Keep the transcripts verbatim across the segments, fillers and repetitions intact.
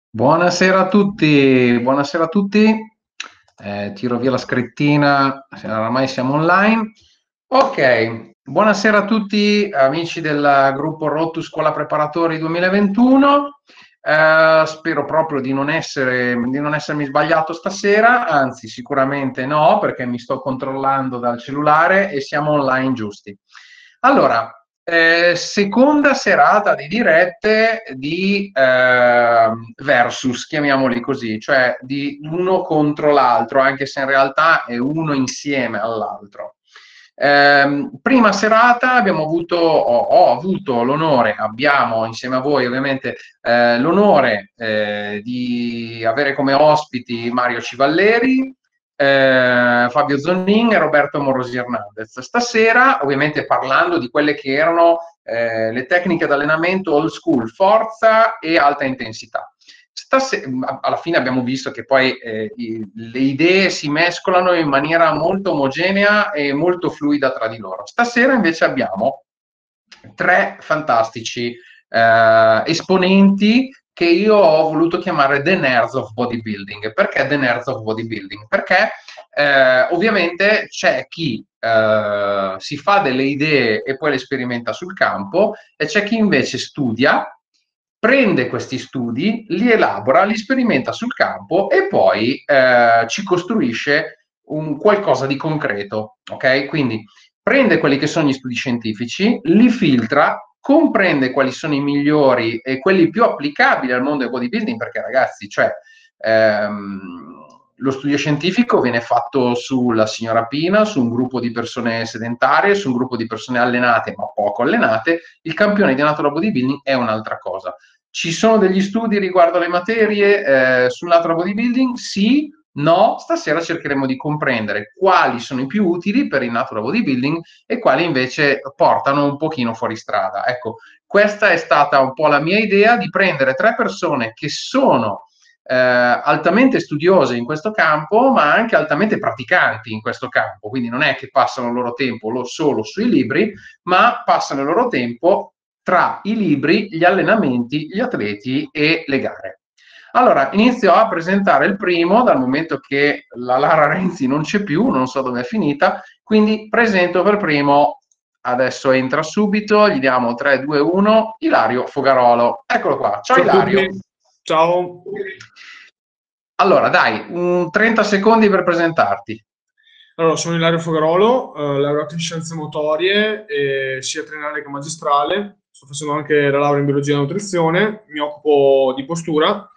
Buonasera a tutti, buonasera a tutti. Eh, tiro via la scrittina, oramai siamo online. Ok, buonasera a tutti amici del gruppo Rottu Scuola Preparatori duemilaventuno. Eh, spero proprio di non essere, di non essermi sbagliato stasera, anzi sicuramente no, perché mi sto controllando dal cellulare e siamo online giusti. Allora, eh, seconda serata di dirette di eh, versus, chiamiamoli così, cioè di uno contro l'altro, anche se in realtà è uno insieme all'altro. Eh, prima serata abbiamo avuto, ho, ho avuto l'onore, abbiamo insieme a voi ovviamente eh, l'onore eh, di avere come ospiti Mario Civalleri, eh, Fabio Zonnin e Roberto Morosi Hernandez. Stasera, ovviamente parlando di quelle che erano eh, le tecniche di allenamento old school, forza e alta intensità. Stasera, alla fine abbiamo visto che poi eh, i, le idee si mescolano in maniera molto omogenea e molto fluida tra di loro. Stasera invece abbiamo tre fantastici eh, esponenti che io ho voluto chiamare The Nerds of Bodybuilding. Perché The Nerds of Bodybuilding? Perché eh, ovviamente c'è chi eh, si fa delle idee e poi le sperimenta sul campo e c'è chi invece studia, prende questi studi, li elabora, li sperimenta sul campo e poi eh, ci costruisce un qualcosa di concreto, ok? Quindi prende quelli che sono gli studi scientifici, li filtra, comprende quali sono i migliori e quelli più applicabili al mondo del bodybuilding, perché ragazzi, cioè, ehm, lo studio scientifico viene fatto sulla signora Pina, su un gruppo di persone sedentarie, su un gruppo di persone allenate ma poco allenate. Il campione di natural bodybuilding è un'altra cosa. Ci sono degli studi riguardo le materie eh, sul natural bodybuilding? Sì, no. Stasera cercheremo di comprendere quali sono i più utili per il natural bodybuilding e quali invece portano un pochino fuori strada. Ecco, questa è stata un po' la mia idea di prendere tre persone che sono eh, altamente studiose in questo campo, ma anche altamente praticanti in questo campo. Quindi non è che passano il loro tempo solo sui libri, ma passano il loro tempo tra i libri, gli allenamenti, gli atleti e le gare. Allora, inizio a presentare il primo, dal momento che la Lara Renzi non c'è più, non so dove è finita, quindi presento per primo, adesso entra subito, gli diamo tre, due, uno, Ilario Fogarolo. Eccolo qua. Ciao Ciao a Ilario. tutti, ciao. Allora, dai, un trenta secondi per presentarti. Allora, sono Ilario Fogarolo, eh, laureato in scienze motorie, e sia triennale che magistrale. Sto facendo anche la laurea in biologia e nutrizione, mi occupo di postura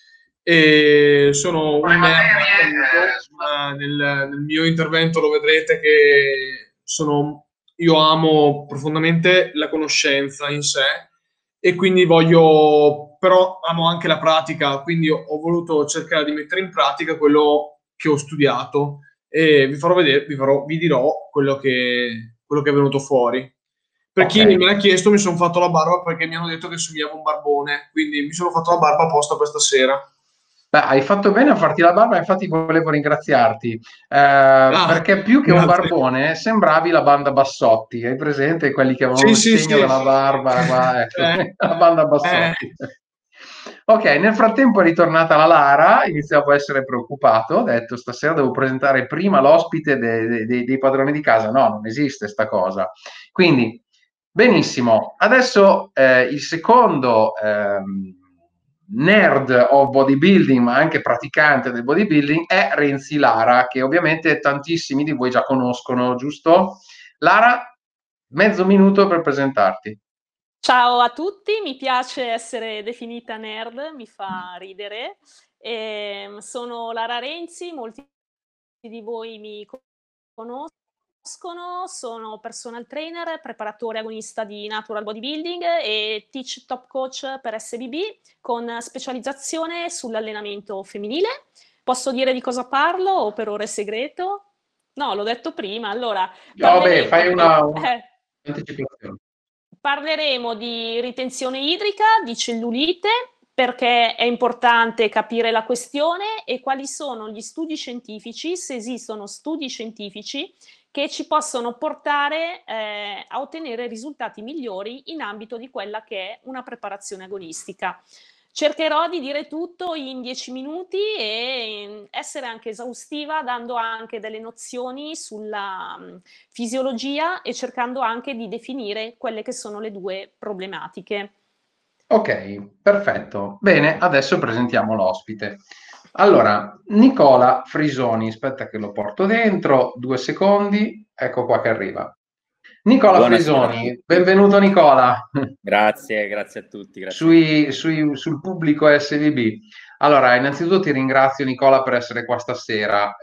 e sono un nerd accanito, ma nel, nel mio intervento lo vedrete che sono, io amo profondamente la conoscenza in sé e quindi voglio, però amo anche la pratica, quindi ho, ho voluto cercare di mettere in pratica quello che ho studiato e vi farò vedere, vi, farò, vi dirò quello che, quello che è venuto fuori. Per Ok. chi me l'ha chiesto, mi sono fatto la barba perché mi hanno detto che somigliavo un barbone, quindi mi sono fatto la barba apposta questa sera. Beh, hai fatto bene a farti la barba, infatti volevo ringraziarti, eh, Ah, perché più che un grazie. barbone sembravi la banda Bassotti. Hai presente quelli che avevano Sì, il sì, segno sì. della barba? Qua, ecco, Eh, la banda eh. Bassotti. Ok, nel frattempo è ritornata la Lara, iniziavo a essere preoccupato, ho detto stasera devo presentare prima l'ospite dei, dei, dei padroni di casa. No, non esiste sta cosa. Quindi, benissimo, adesso eh, il secondo ehm, nerd of bodybuilding, ma anche praticante del bodybuilding, è Renzi Lara, che ovviamente tantissimi di voi già conoscono, giusto? Lara, mezzo minuto per presentarti. Ciao a tutti, mi piace essere definita nerd, mi fa ridere. Ehm, sono Lara Renzi, molti di voi mi conoscono, sono personal trainer, preparatore agonista di natural bodybuilding e teach top coach per S B B con specializzazione sull'allenamento femminile. Posso dire di cosa parlo o per ora è segreto? No, l'ho detto prima. Allora, No, beh, parleremo fai di... una, una eh, anticipazione. Parleremo di ritenzione idrica, di cellulite, perché è importante capire la questione e quali sono gli studi scientifici, se esistono studi scientifici che ci possono portare eh, a ottenere risultati migliori in ambito di quella che è una preparazione agonistica. Cercherò di dire tutto in dieci minuti e essere anche esaustiva, dando anche delle nozioni sulla mh, fisiologia e cercando anche di definire quelle che sono le due problematiche. Ok, perfetto. Bene, adesso presentiamo l'ospite. Allora, Nicola Frisoni, aspetta che lo porto dentro, due secondi, ecco qua che arriva. Nicola Buonasera a Frisoni, tutti. benvenuto Nicola. Grazie, grazie a tutti. Grazie a Sui, tutti. sui- sul pubblico S V B. Allora, innanzitutto ti ringrazio Nicola per essere qua stasera.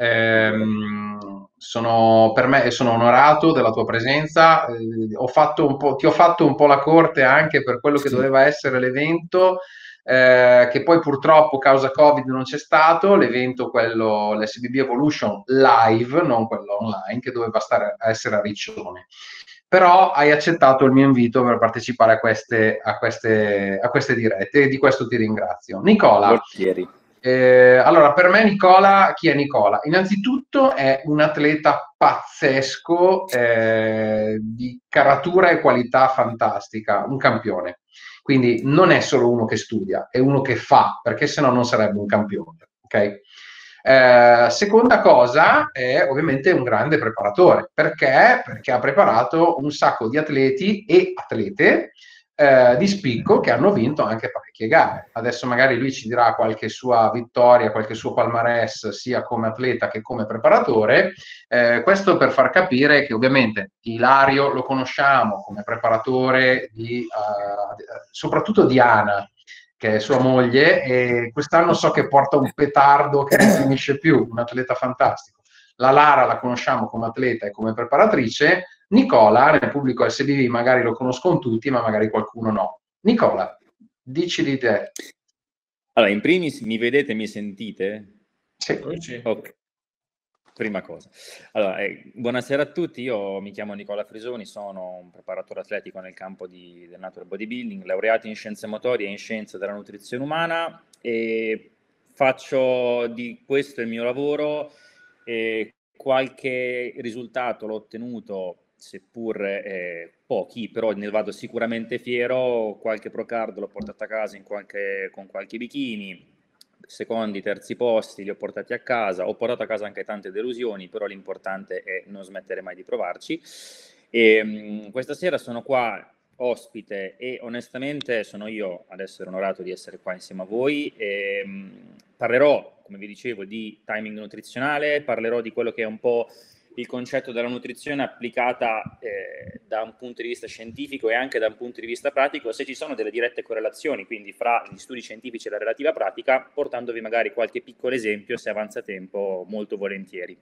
Ehm, sono, per me sono onorato della tua presenza. Eh, ho fatto un po', ti ho fatto un po' la corte anche per quello che doveva essere l'evento, eh, che poi purtroppo causa Covid non c'è stato. L'evento, quello, l'S V B Evolution live, non quello online, che doveva stare, essere a Riccione. Però hai accettato il mio invito per partecipare a queste, a queste, a queste dirette e di questo ti ringrazio. Nicola, Volentieri. eh, allora per me Nicola, chi è Nicola? Innanzitutto è un atleta pazzesco, eh, di caratura e qualità fantastica, un campione. Quindi non è solo uno che studia, è uno che fa, perché sennò non sarebbe un campione, ok? Eh, seconda cosa è ovviamente un grande preparatore. Perché? Perché ha preparato un sacco di atleti e atlete eh, di spicco che hanno vinto anche parecchie gare. Adesso magari lui ci dirà qualche sua vittoria, qualche suo palmarès sia come atleta che come preparatore. Eh, questo per far capire che ovviamente Ilario lo conosciamo come preparatore di, uh, soprattutto Diana, che è sua moglie, e quest'anno so che porta un petardo che non finisce più, un atleta fantastico. La Lara la conosciamo come atleta e come preparatrice. Nicola, nel pubblico S B B magari lo conoscono tutti, ma magari qualcuno no. Nicola, dici di te. Allora, in primis, mi vedete e mi sentite? Sì. Sì. Ok. Prima cosa. Allora, eh, buonasera a tutti, io mi chiamo Nicola Frisoni, sono un preparatore atletico nel campo di, del natural bodybuilding, laureato in scienze motorie e in scienze della nutrizione umana, e faccio di questo il mio lavoro. E qualche risultato l'ho ottenuto, seppur eh, pochi, però ne vado sicuramente fiero. Qualche pro card l'ho portato a casa in qualche, con qualche bikini. Secondi, terzi posti li ho portati a casa, ho portato a casa anche tante delusioni, però l'importante è non smettere mai di provarci. E mh, questa sera sono qua ospite e onestamente sono io ad essere onorato di essere qua insieme a voi. E, mh, parlerò, come vi dicevo, di timing nutrizionale, parlerò di quello che è un po' il concetto della nutrizione applicata eh, da un punto di vista scientifico e anche da un punto di vista pratico, se ci sono delle dirette correlazioni, quindi fra gli studi scientifici e la relativa pratica, portandovi magari qualche piccolo esempio, se avanza tempo, molto volentieri.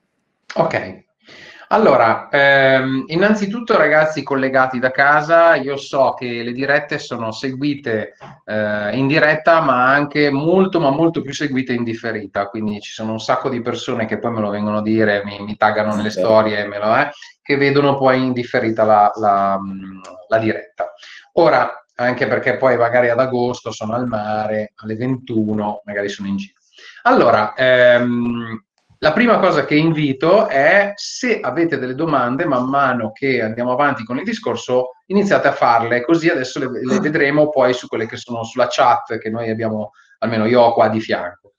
Ok. Allora, ehm, innanzitutto ragazzi collegati da casa, io so che le dirette sono seguite eh, in diretta, ma anche molto, ma molto più seguite in differita, quindi ci sono un sacco di persone che poi me lo vengono a dire, mi, mi taggano nelle storie, me lo, eh, che vedono poi in differita la, la, la diretta. Ora, anche perché poi magari ad agosto sono al mare, alle ventuno, magari sono in giro. Allora, ehm, la prima cosa che invito è, se avete delle domande, man mano che andiamo avanti con il discorso, iniziate a farle, così adesso le, le vedremo poi su quelle che sono sulla chat che noi abbiamo, almeno io ho qua di fianco.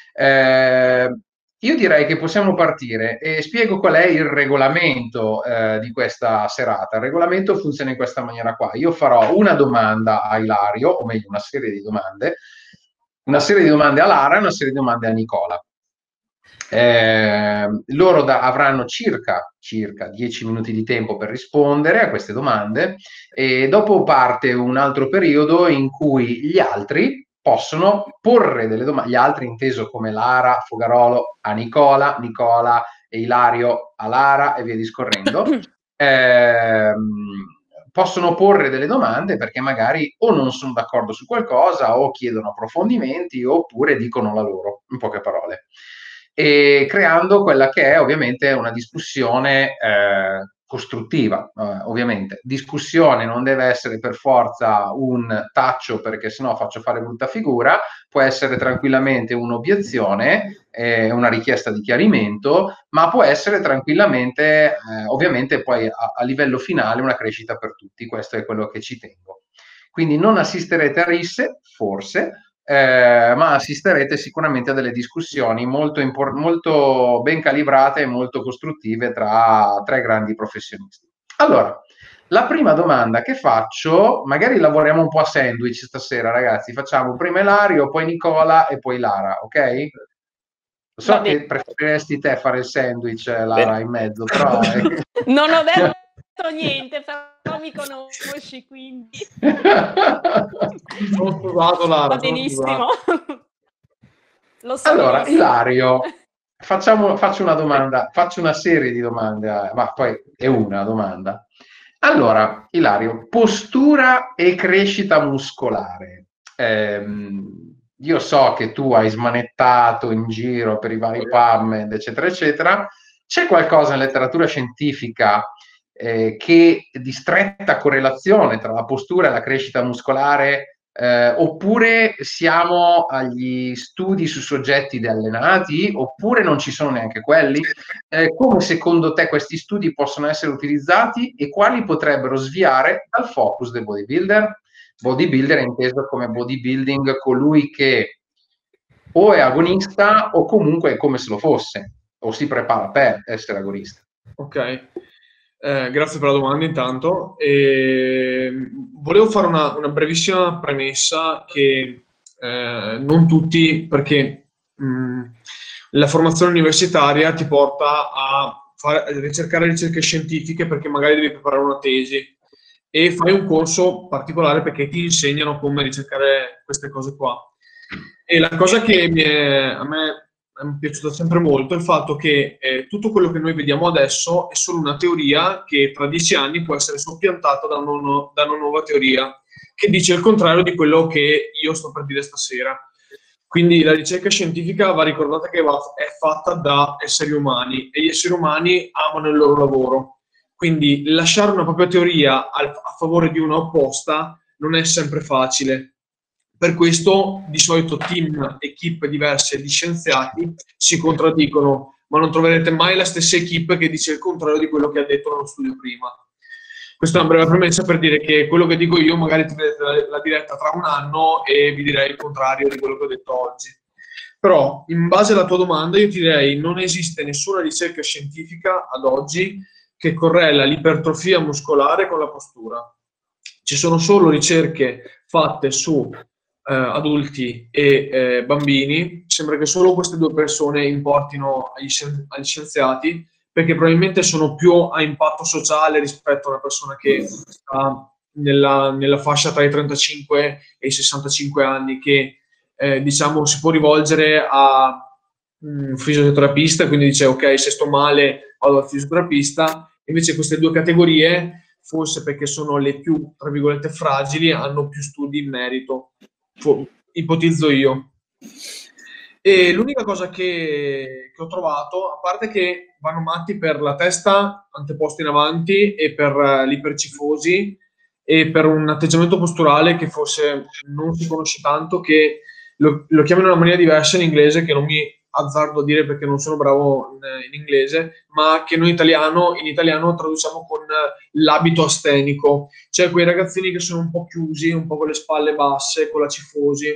Eh, io direi che possiamo partire e spiego qual è il regolamento eh, di questa serata. Il regolamento funziona in questa maniera qua. Io farò una domanda a Ilario, o meglio una serie di domande, una serie di domande a Lara e una serie di domande a Nicola. Eh, loro da, avranno circa, circa dieci minuti di tempo per rispondere a queste domande e dopo parte un altro periodo in cui gli altri possono porre delle domande, gli altri inteso come Lara, Fogarolo a Nicola, Nicola e Ilario a Lara e via discorrendo, eh, possono porre delle domande perché magari o non sono d'accordo su qualcosa o chiedono approfondimenti oppure dicono la loro, in poche parole. E creando quella che è ovviamente una discussione eh, costruttiva, eh, ovviamente. Discussione non deve essere per forza un taccio perché sennò faccio fare brutta figura, può essere tranquillamente un'obiezione, eh, una richiesta di chiarimento, ma può essere tranquillamente, eh, ovviamente poi a, a livello finale, una crescita per tutti, questo è quello che ci tengo. quindi non assisterete a risse, forse, eh, ma assisterete sicuramente a delle discussioni molto, impor- molto ben calibrate e molto costruttive tra tre grandi professionisti. Allora, la prima domanda che faccio, magari lavoriamo un po' a sandwich stasera, ragazzi, facciamo prima Ilario, poi Nicola e poi Lara, ok? So Va che bene. preferiresti te fare il sandwich, Lara, Bene. in mezzo, però... eh. Non ho detto niente, però mi conosci, quindi Sono scusato, Lara, va sono benissimo. Lo so Allora, benissimo. Ilario, facciamo, faccio una domanda, faccio una serie di domande, eh, ma poi è una domanda. Allora, Ilario, postura e crescita muscolare. Ehm, io so che tu hai smanettato in giro per i vari PubMed, eccetera, eccetera. C'è qualcosa in letteratura scientifica eh, che di stretta correlazione tra la postura e la crescita muscolare, eh, oppure siamo agli studi su soggetti deallenati, oppure non ci sono neanche quelli? Eh, come secondo te questi studi possono essere utilizzati e quali potrebbero sviare dal focus del bodybuilder? Bodybuilder è inteso come bodybuilding colui che o è agonista o comunque è come se lo fosse, o si prepara per essere agonista. Ok, eh, grazie per la domanda intanto. E volevo fare una, una brevissima premessa che eh, non tutti, perché mh, la formazione universitaria ti porta a, fare, a ricercare ricerche scientifiche perché magari devi preparare una tesi e fai un corso particolare perché ti insegnano come ricercare queste cose qua. E la cosa che mi è, a me è piaciuta sempre molto è il fatto che eh, tutto quello che noi vediamo adesso è solo una teoria che tra dieci anni può essere soppiantata da, uno, da una nuova teoria che dice il contrario di quello che io sto per dire stasera. Quindi la ricerca scientifica va ricordata che va, è fatta da esseri umani e gli esseri umani amano il loro lavoro. Quindi lasciare una propria teoria al, a favore di una opposta non è sempre facile. Per questo di solito team, equip diverse di scienziati si contraddicono, ma non troverete mai la stessa equip che dice il contrario di quello che ha detto nello studio prima. Questa è una breve premessa per dire che quello che dico io magari troverete la, la diretta tra un anno e vi direi il contrario di quello che ho detto oggi. Però, in base alla tua domanda, io ti direi non esiste nessuna ricerca scientifica ad oggi che correla l'ipertrofia muscolare con la postura. Ci sono solo ricerche fatte su eh, adulti e eh, bambini. Sembra che solo queste due persone importino agli, scien- agli scienziati, perché probabilmente sono più a impatto sociale rispetto a una persona che sta nella, nella fascia tra i trentacinque e i sessantacinque anni, che eh, diciamo si può rivolgere a un fisioterapista, quindi dice ok, se sto male vado al fisioterapista. Invece queste due categorie, forse perché sono le più, tra virgolette, fragili, hanno più studi in merito. Fu- ipotizzo io. E l'unica cosa che, che ho trovato, a parte che vanno matti per la testa anteposta in avanti e per uh, l'ipercifosi e per un atteggiamento posturale che forse non si conosce tanto, che lo, lo chiamano in una maniera diversa in inglese, che non mi azzardo a dire perché non sono bravo in, in inglese, ma che noi italiano, in italiano traduciamo con l'abito astenico, cioè quei ragazzini che sono un po' chiusi, un po' con le spalle basse, con la cifosi,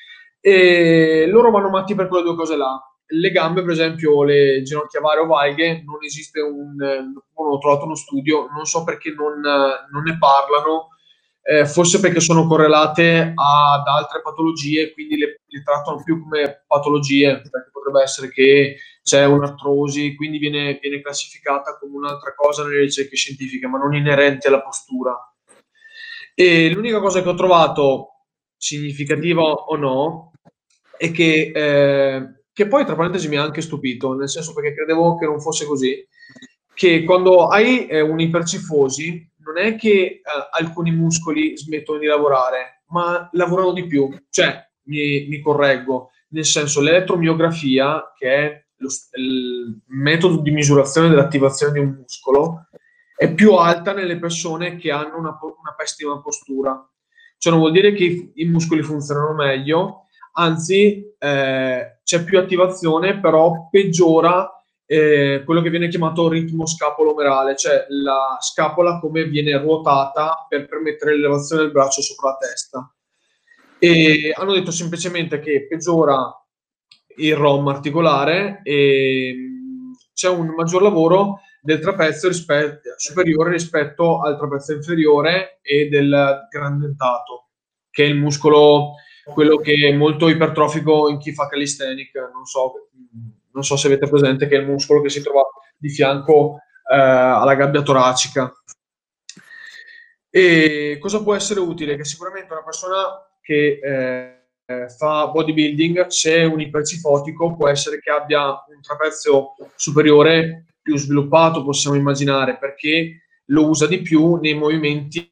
e loro vanno matti per quelle due cose là. Le gambe, per esempio, le ginocchia varie o valghe, non esiste un, non ho trovato uno studio, non so perché non, non ne parlano, eh, forse perché sono correlate ad altre patologie, quindi le, le trattano più come patologie, perché potrebbe essere che c'è un'artrosi, quindi viene, viene classificata come un'altra cosa nelle ricerche scientifiche, ma non inerente alla postura. E l'unica cosa che ho trovato, significativa o no, è che, eh, che poi tra parentesi mi ha anche stupito, nel senso perché credevo che non fosse così, che quando hai eh, un'ipercifosi non è che eh, alcuni muscoli smettono di lavorare, ma lavorano di più. Cioè, mi, mi correggo, nel senso l'elettromiografia, che è lo, il metodo di misurazione dell'attivazione di un muscolo, è più alta nelle persone che hanno una, una pessima postura. Cioè non vuol dire che i, i muscoli funzionano meglio, anzi eh, c'è più attivazione, però peggiora eh, quello che viene chiamato ritmo scapolo-omerale, cioè la scapola come viene ruotata per permettere l'elevazione del braccio sopra la testa. E hanno detto semplicemente che peggiora il R O M articolare e c'è un maggior lavoro del trapezio rispetto, superiore rispetto al trapezio inferiore e del grandentato, che è il muscolo, quello che è molto ipertrofico in chi fa calisthenic. Non so, non so se avete presente che è il muscolo che si trova di fianco eh, alla gabbia toracica. E cosa può essere utile? Che sicuramente una persona che eh, fa bodybuilding, se è un ipercifotico, può essere che abbia un trapezio superiore più sviluppato, possiamo immaginare, perché lo usa di più nei movimenti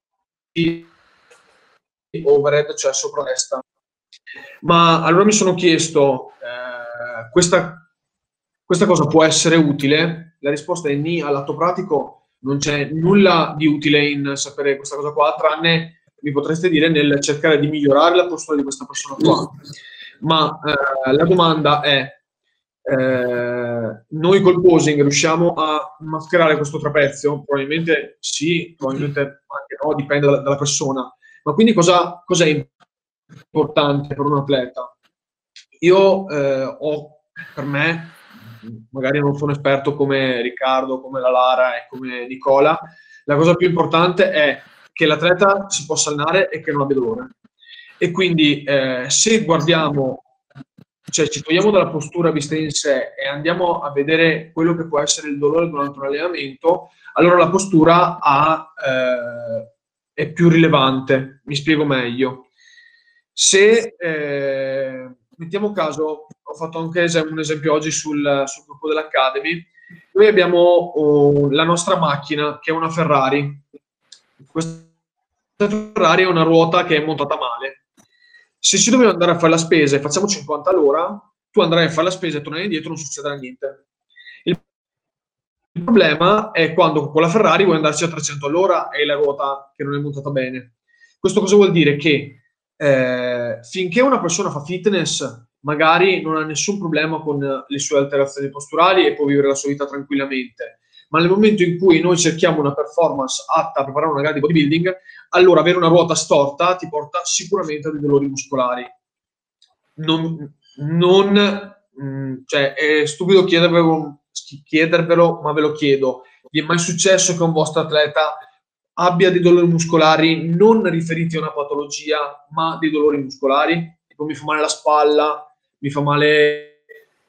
overhead, cioè sopra la testa. Ma allora mi sono chiesto, eh, questa, questa cosa può essere utile? La risposta è ni. Al lato pratico non c'è nulla di utile in sapere questa cosa qua, tranne, mi potreste dire, nel cercare di migliorare la postura di questa persona qua. Ma eh, la domanda è, eh, noi col posing riusciamo a mascherare questo trapezio? Probabilmente sì, probabilmente anche no, dipende dalla, dalla persona. Ma quindi cosa, cosa è importante per un atleta? Io eh, ho, per me, magari non sono esperto come Riccardo, come la Lara e come Nicola, la cosa più importante è che l'atleta si possa allenare e che non abbia dolore. E quindi eh, se guardiamo, cioè ci togliamo dalla postura vista in sé e andiamo a vedere quello che può essere il dolore durante un allenamento, allora la postura ha, eh, è più rilevante. Mi spiego meglio. Se eh, mettiamo caso, ho fatto anche un esempio oggi sul, sul gruppo dell'Academy, noi abbiamo oh, la nostra macchina che è una Ferrari. Questa Ferrari è una ruota che è montata male. Se ci dobbiamo andare a fare la spesa e facciamo cinquanta all'ora, tu andrai a fare la spesa e tornare indietro, non succederà niente. Il Il problema è quando con la Ferrari vuoi andarci a trecento all'ora e la ruota che non è montata bene. Questo cosa vuol dire? Che eh, finché una persona fa fitness, magari non ha nessun problema con le sue alterazioni posturali e può vivere la sua vita tranquillamente. Ma nel momento in cui noi cerchiamo una performance atta a preparare una gara di bodybuilding, allora avere una ruota storta ti porta sicuramente a dei dolori muscolari. Non, non mh, cioè, è stupido chiedervelo, chiedervelo, ma ve lo chiedo. Vi è mai successo che un vostro atleta abbia dei dolori muscolari non riferiti a una patologia, ma dei dolori muscolari? Tipo mi fa male la spalla, mi fa male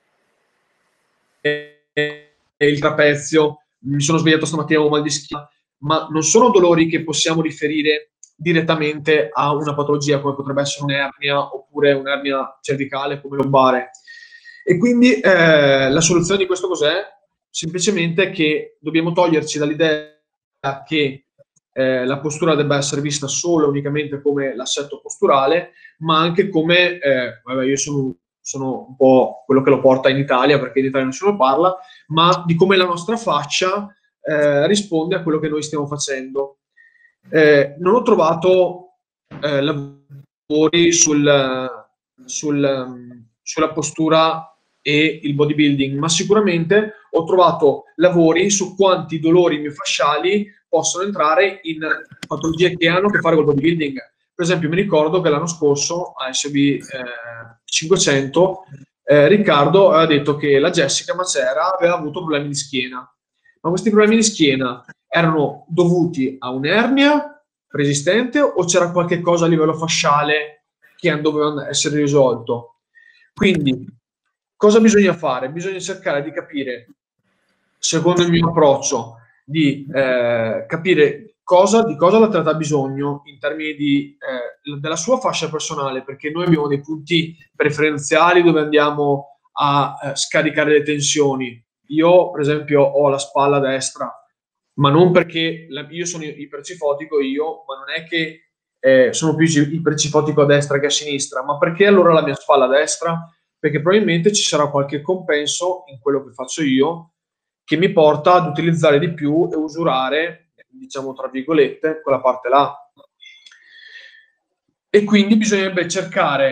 il trapezio, mi sono svegliato stamattina con mal di schiena, ma non sono dolori che possiamo riferire direttamente a una patologia come potrebbe essere un'ernia oppure un'ernia cervicale come lombare. E quindi eh, la soluzione di questo cos'è? Semplicemente che dobbiamo toglierci dall'idea che eh, la postura debba essere vista solo e unicamente come l'assetto posturale, ma anche come, eh, vabbè, io sono, sono un po' quello che lo porta in Italia, perché in Italia nessuno parla, ma di come la nostra faccia eh, risponde a quello che noi stiamo facendo. Eh, non ho trovato eh, lavori sul, sul, sulla postura e il bodybuilding, ma sicuramente ho trovato lavori su quanti dolori miofasciali possono entrare in patologie che hanno a che fare col bodybuilding. Per esempio mi ricordo che l'anno scorso a S B eh, cinquecento eh, Riccardo aveva detto che la Jessica Macera aveva avuto problemi di schiena, ma questi problemi di schiena erano dovuti a un'ernia preesistente o c'era qualche cosa a livello fasciale che doveva essere risolto? Quindi cosa bisogna fare? Bisogna cercare di capire, secondo il mio approccio, di eh, capire cosa, di cosa l'atleta ha bisogno in termini di, eh, della sua fascia personale, perché noi abbiamo dei punti preferenziali dove andiamo a eh, scaricare le tensioni. Io, per esempio, ho la spalla destra, ma non perché la, io sono ipercifotico io, ma non è che eh, sono più ipercifotico a destra che a sinistra, ma perché allora la mia spalla destra? Perché probabilmente ci sarà qualche compenso in quello che faccio io che mi porta ad utilizzare di più e usurare, diciamo tra virgolette, quella parte là. E quindi bisognerebbe cercare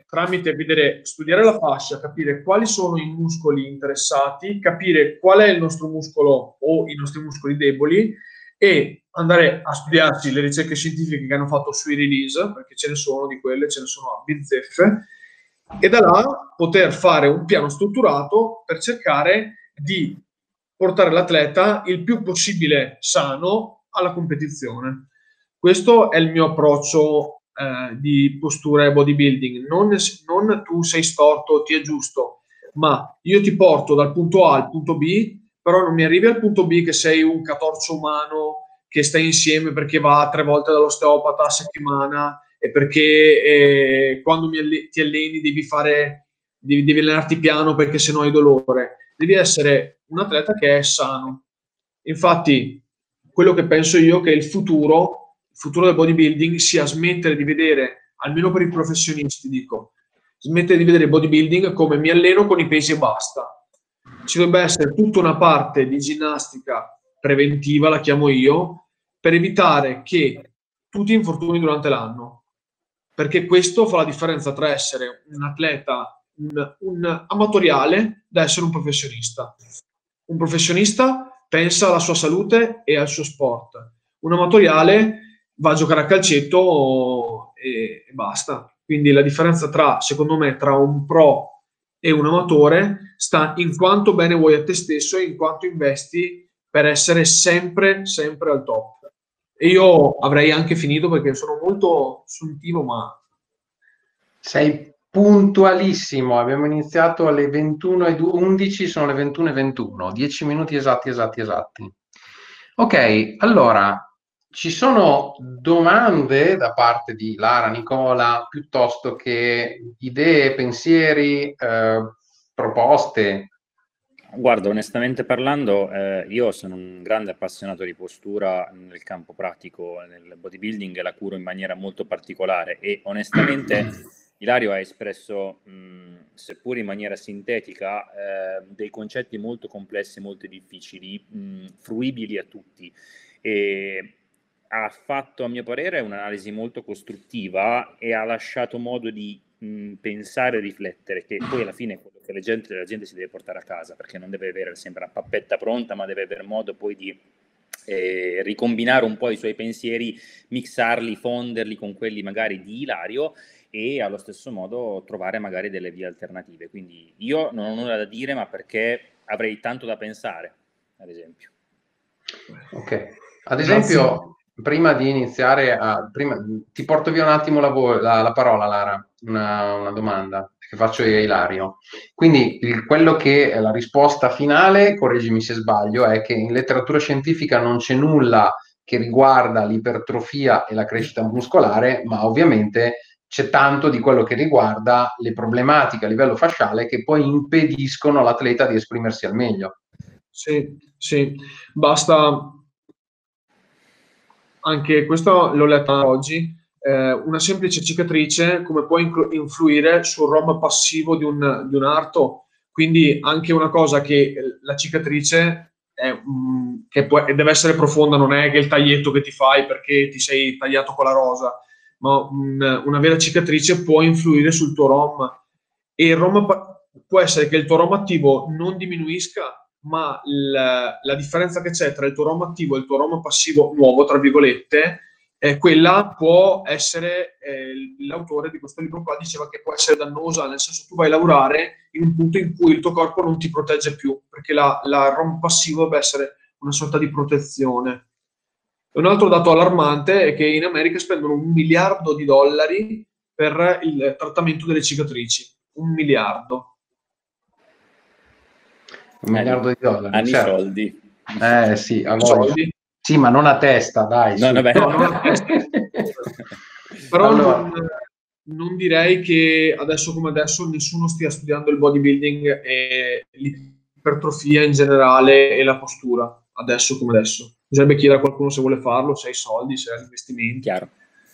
tramite vedere, studiare la fascia, capire quali sono i muscoli interessati, capire qual è il nostro muscolo o i nostri muscoli deboli e andare a studiarsi le ricerche scientifiche che hanno fatto sui release, perché ce ne sono di quelle, ce ne sono a bizzeffe, e da là poter fare un piano strutturato per cercare di portare l'atleta il più possibile sano alla competizione. Questo è il mio approccio eh, di postura e bodybuilding. Non, non tu sei storto, ti è giusto, ma io ti porto dal punto A al punto B, però non mi arrivi al punto B che sei un catorcio umano che sta insieme perché va tre volte dall'osteopata a settimana e perché eh, quando mi alle- ti alleni devi fare, devi, devi allenarti piano perché sennò hai dolore. Devi essere un atleta che è sano. Infatti, quello che penso io che il futuro, il futuro del bodybuilding sia smettere di vedere, almeno per i professionisti dico, smettere di vedere il bodybuilding come mi alleno con i pesi e basta. Ci dovrebbe essere tutta una parte di ginnastica preventiva, la chiamo io, per evitare che tu ti infortuni durante l'anno, perché questo fa la differenza tra essere un atleta, un, un amatoriale, da essere un professionista. Un professionista pensa alla sua salute e al suo sport. Un amatoriale va a giocare a calcetto e, e basta. Quindi la differenza tra, secondo me, tra un pro e un amatore sta in quanto bene vuoi a te stesso e in quanto investi per essere sempre, sempre al top. E io avrei anche finito perché sono molto suntivo, ma... Sei puntualissimo, abbiamo iniziato alle ventuno e undici, sono le ventuno e ventuno, dieci minuti esatti, esatti, esatti. Ok, allora, ci sono domande da parte di Lara, Nicola, piuttosto che idee, pensieri, eh, proposte? Guarda, onestamente parlando, eh, io sono un grande appassionato di postura nel campo pratico, nel bodybuilding, e la curo in maniera molto particolare e onestamente Ilario ha espresso, mh, seppur in maniera sintetica, eh, dei concetti molto complessi, molto difficili, mh, fruibili a tutti. E ha fatto, a mio parere, un'analisi molto costruttiva e ha lasciato modo di mh, pensare e riflettere, che poi alla fine è quello che la gente, la gente si deve portare a casa, perché non deve avere sempre la pappetta pronta, ma deve avere modo poi di eh, ricombinare un po' i suoi pensieri, mixarli, fonderli con quelli magari di Ilario e allo stesso modo trovare magari delle vie alternative. Quindi io non ho nulla da dire, ma perché avrei tanto da pensare, ad esempio. Ok, ad esempio, Grazie. prima di iniziare a... Prima, ti porto via un attimo la, vo- la- la parola, Lara, una, una domanda che faccio io a Ilario. Quindi il- quello che è la risposta finale, correggimi se sbaglio, è che in letteratura scientifica non c'è nulla che riguarda l'ipertrofia e la crescita muscolare, ma ovviamente c'è tanto di quello che riguarda le problematiche a livello fasciale che poi impediscono all'atleta di esprimersi al meglio. Sì, sì, basta, anche questo l'ho letto oggi, eh, una semplice cicatrice come può inclu- influire sul rom passivo di un, di un arto, quindi anche una cosa che eh, la cicatrice è, mm, che può- deve essere profonda, non è che il taglietto che ti fai perché ti sei tagliato con la rosa, ma un- una vera cicatrice può influire sul tuo rom e il rom pa- può essere che il tuo rom attivo non diminuisca, ma il- la differenza che c'è tra il tuo rom attivo e il tuo rom passivo nuovo, tra virgolette, eh, quella può essere, eh, l'autore di questo libro qua diceva che può essere dannosa, nel senso tu vai a lavorare in un punto in cui il tuo corpo non ti protegge più, perché la, la rom passivo deve essere una sorta di protezione. E un altro dato allarmante è che in America spendono un miliardo di dollari per il trattamento delle cicatrici. Un miliardo. Un miliardo di dollari, Hanno i certo. soldi. Eh sì, a voglia. Soldi. Sì, ma non a testa, dai. No, su. vabbè. No, non a testa. Però Allora. non, non direi che adesso come adesso nessuno stia studiando il bodybuilding e l'ipertrofia in generale e la postura, adesso come adesso. Bisognerebbe chiedere a qualcuno se vuole farlo, se ha i soldi, se ha investimenti. Chiaro.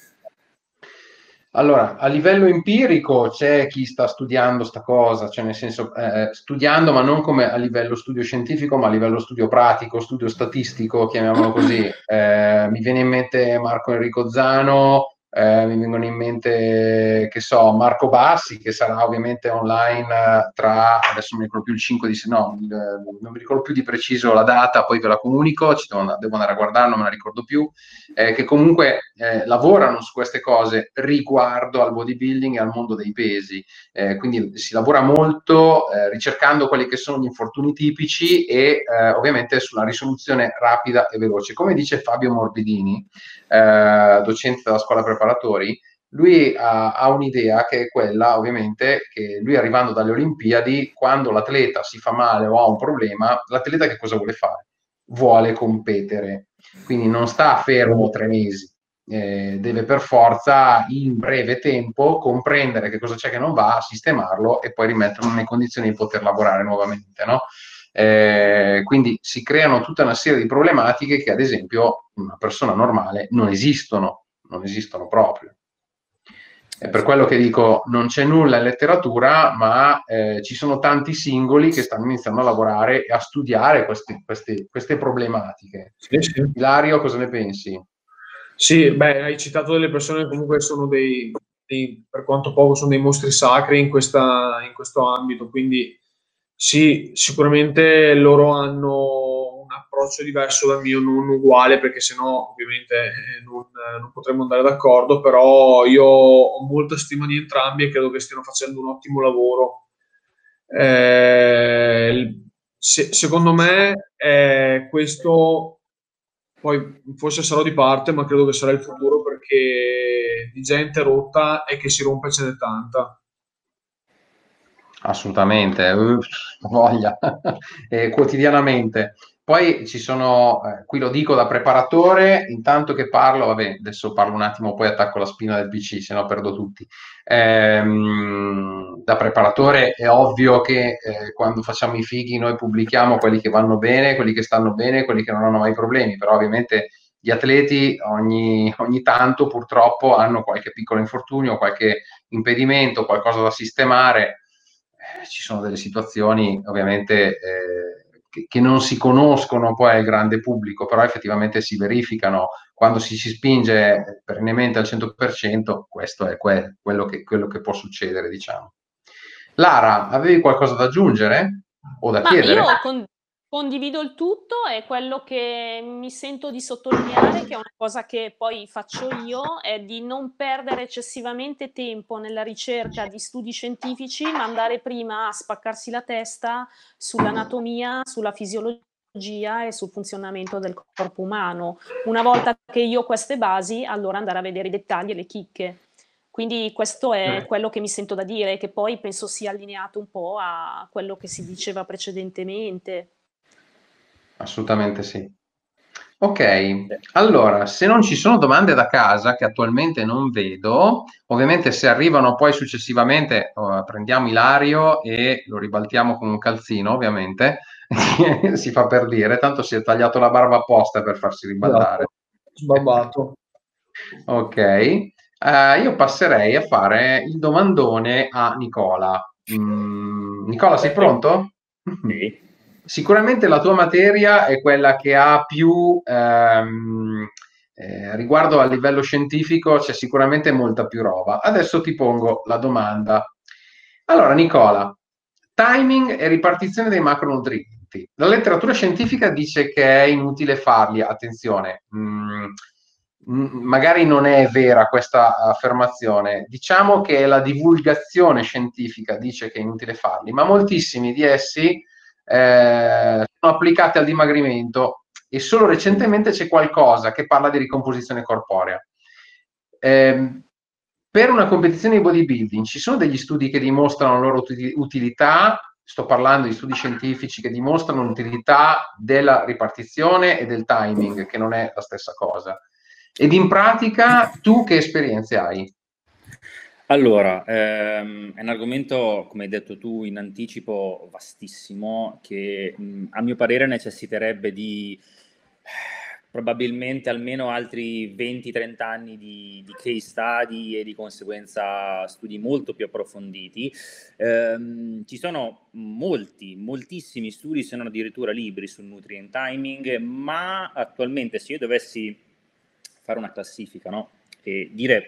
Allora, a livello empirico c'è chi sta studiando sta cosa, cioè nel senso eh, studiando, ma non come a livello studio scientifico, ma a livello studio pratico, studio statistico, chiamiamolo così. Eh, mi viene in mente Marco Enrico Zano, eh, mi vengono in mente, che so, Marco Bassi, che sarà ovviamente online tra, adesso non mi ricordo più il cinque di, no, il, non mi ricordo più di preciso la data, poi ve la comunico, ci devo, andare, devo andare a guardare, non me la ricordo più, eh, che comunque eh, lavorano su queste cose riguardo al bodybuilding e al mondo dei pesi, eh, quindi si lavora molto eh, ricercando quelli che sono gli infortuni tipici e eh, ovviamente sulla risoluzione rapida e veloce. Come dice Fabio Morbidini, eh, docente della scuola preparatori, lui ha, ha un'idea che è quella, ovviamente, che lui arrivando dalle Olimpiadi, quando l'atleta si fa male o ha un problema, l'atleta che cosa vuole fare? Vuole competere, quindi non sta fermo tre mesi, eh, deve per forza in breve tempo comprendere che cosa c'è che non va, sistemarlo e poi rimetterlo nelle condizioni di poter lavorare nuovamente, no? Eh, quindi si creano tutta una serie di problematiche che ad esempio una persona normale non esistono, non esistono proprio. È per quello che dico, non c'è nulla in letteratura, ma eh, ci sono tanti singoli che stanno iniziando a lavorare e a studiare queste, queste, queste problematiche. Sì, sì. Ilario, cosa ne pensi? Sì, beh, hai citato delle persone che comunque sono dei, dei, per quanto poco, sono dei mostri sacri in, questa, in questo ambito, quindi sì, sicuramente loro hanno un approccio diverso dal mio, non uguale, perché sennò ovviamente eh, non, eh, non potremmo andare d'accordo, però io ho molta stima di entrambi e credo che stiano facendo un ottimo lavoro. Eh, se- secondo me eh, questo, poi forse sarò di parte, ma credo che sarà il futuro, perché di gente rotta e che si rompe ce n'è tanta. Assolutamente, uff, voglia, eh, quotidianamente. Poi ci sono, eh, qui lo dico da preparatore, intanto che parlo, vabbè, adesso parlo un attimo, poi attacco la spina del P C, se no perdo tutti. Ehm, da preparatore è ovvio che eh, quando facciamo i fighi noi pubblichiamo quelli che vanno bene, quelli che stanno bene, quelli che non hanno mai problemi, però ovviamente gli atleti ogni, ogni tanto purtroppo hanno qualche piccolo infortunio, qualche impedimento, qualcosa da sistemare. Eh, ci sono delle situazioni ovviamente eh, che, che non si conoscono poi al grande pubblico, però effettivamente si verificano quando si, si spinge perennemente al cento per cento, questo è que- quello, che, quello che può succedere, diciamo. Lara, avevi qualcosa da aggiungere o da Ma chiedere? io con- condivido il tutto, e quello che mi sento di sottolineare, che è una cosa che poi faccio io, è di non perdere eccessivamente tempo nella ricerca di studi scientifici, ma andare prima a spaccarsi la testa sull'anatomia, sulla fisiologia e sul funzionamento del corpo umano. Una volta che io ho queste basi, allora andare a vedere i dettagli e le chicche. Quindi questo è quello che mi sento da dire, che poi penso sia allineato un po' a quello che si diceva precedentemente. Assolutamente sì. Ok, allora, se non ci sono domande da casa, che attualmente non vedo, ovviamente se arrivano poi successivamente, oh, prendiamo Ilario e lo ribaltiamo con un calzino, ovviamente, si fa per dire, tanto si è tagliato la barba apposta per farsi riballare. Esatto, sbarbato. Ok, eh, io passerei a fare il domandone a Nicola. Mm, Nicola, sei pronto? Sì. Sicuramente la tua materia è quella che ha più ehm, eh, riguardo al livello scientifico, c'è sicuramente molta più roba. Adesso ti pongo la domanda. Allora, Nicola, timing e ripartizione dei macronutrienti. La letteratura scientifica dice che è inutile farli, attenzione, mh, mh, magari non è vera questa affermazione, diciamo che la divulgazione scientifica dice che è inutile farli, ma moltissimi di essi eh, sono applicati al dimagrimento e solo recentemente c'è qualcosa che parla di ricomposizione corporea. Eh, per una competizione di bodybuilding ci sono degli studi che dimostrano la loro utilità, sto parlando di studi scientifici che dimostrano l'utilità della ripartizione e del timing, che non è la stessa cosa. Ed in pratica tu che esperienze hai? Allora, ehm, è un argomento, come hai detto tu in anticipo, vastissimo, che mh, a mio parere necessiterebbe di eh, probabilmente almeno altri venti trenta anni di, di case study e di conseguenza studi molto più approfonditi. Ehm, ci sono molti, moltissimi studi, se non addirittura libri sul nutrient timing, ma attualmente se io dovessi fare una classifica, no? E dire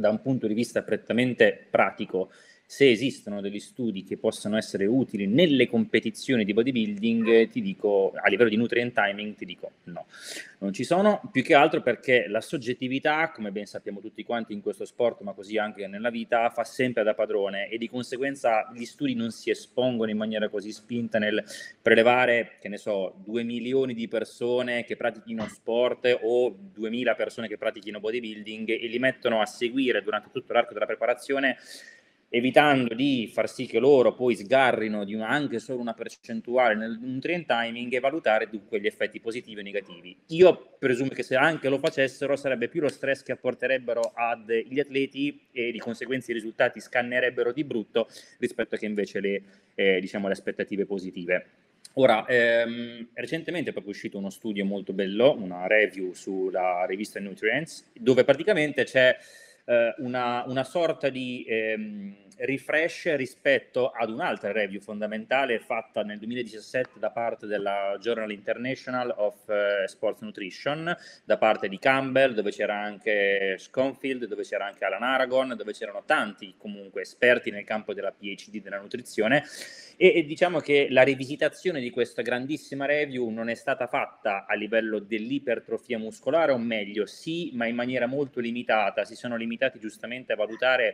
da un punto di vista prettamente pratico, se esistono degli studi che possano essere utili nelle competizioni di bodybuilding, ti dico, a livello di nutrient timing, ti dico no, non ci sono, più che altro perché la soggettività, come ben sappiamo tutti quanti in questo sport, ma così anche nella vita, fa sempre da padrone, e di conseguenza gli studi non si espongono in maniera così spinta nel prelevare, che ne so, due milioni di persone che pratichino sport o duemila persone che pratichino bodybuilding e li mettono a seguire durante tutto l'arco della preparazione, evitando di far sì che loro poi sgarrino di una, anche solo una percentuale nel nutrient timing, e valutare dunque gli effetti positivi e negativi. Io presumo che se anche lo facessero sarebbe più lo stress che apporterebbero agli atleti, e di conseguenza i risultati scannerebbero di brutto rispetto che invece le, eh, diciamo, le aspettative positive. Ora, ehm, recentemente è proprio uscito uno studio molto bello, una review sulla rivista Nutrients, dove praticamente c'è eh, una, una sorta di ehm, refresh rispetto ad un'altra review fondamentale fatta nel duemiladiciassette da parte della Journal International of uh, Sports Nutrition, da parte di Campbell, dove c'era anche Schoenfield, dove c'era anche Alan Aragon, dove c'erano tanti comunque esperti nel campo della PhD della nutrizione. E, e diciamo che la rivisitazione di questa grandissima review non è stata fatta a livello dell'ipertrofia muscolare, o meglio sì, ma in maniera molto limitata. Si sono limitati giustamente a valutare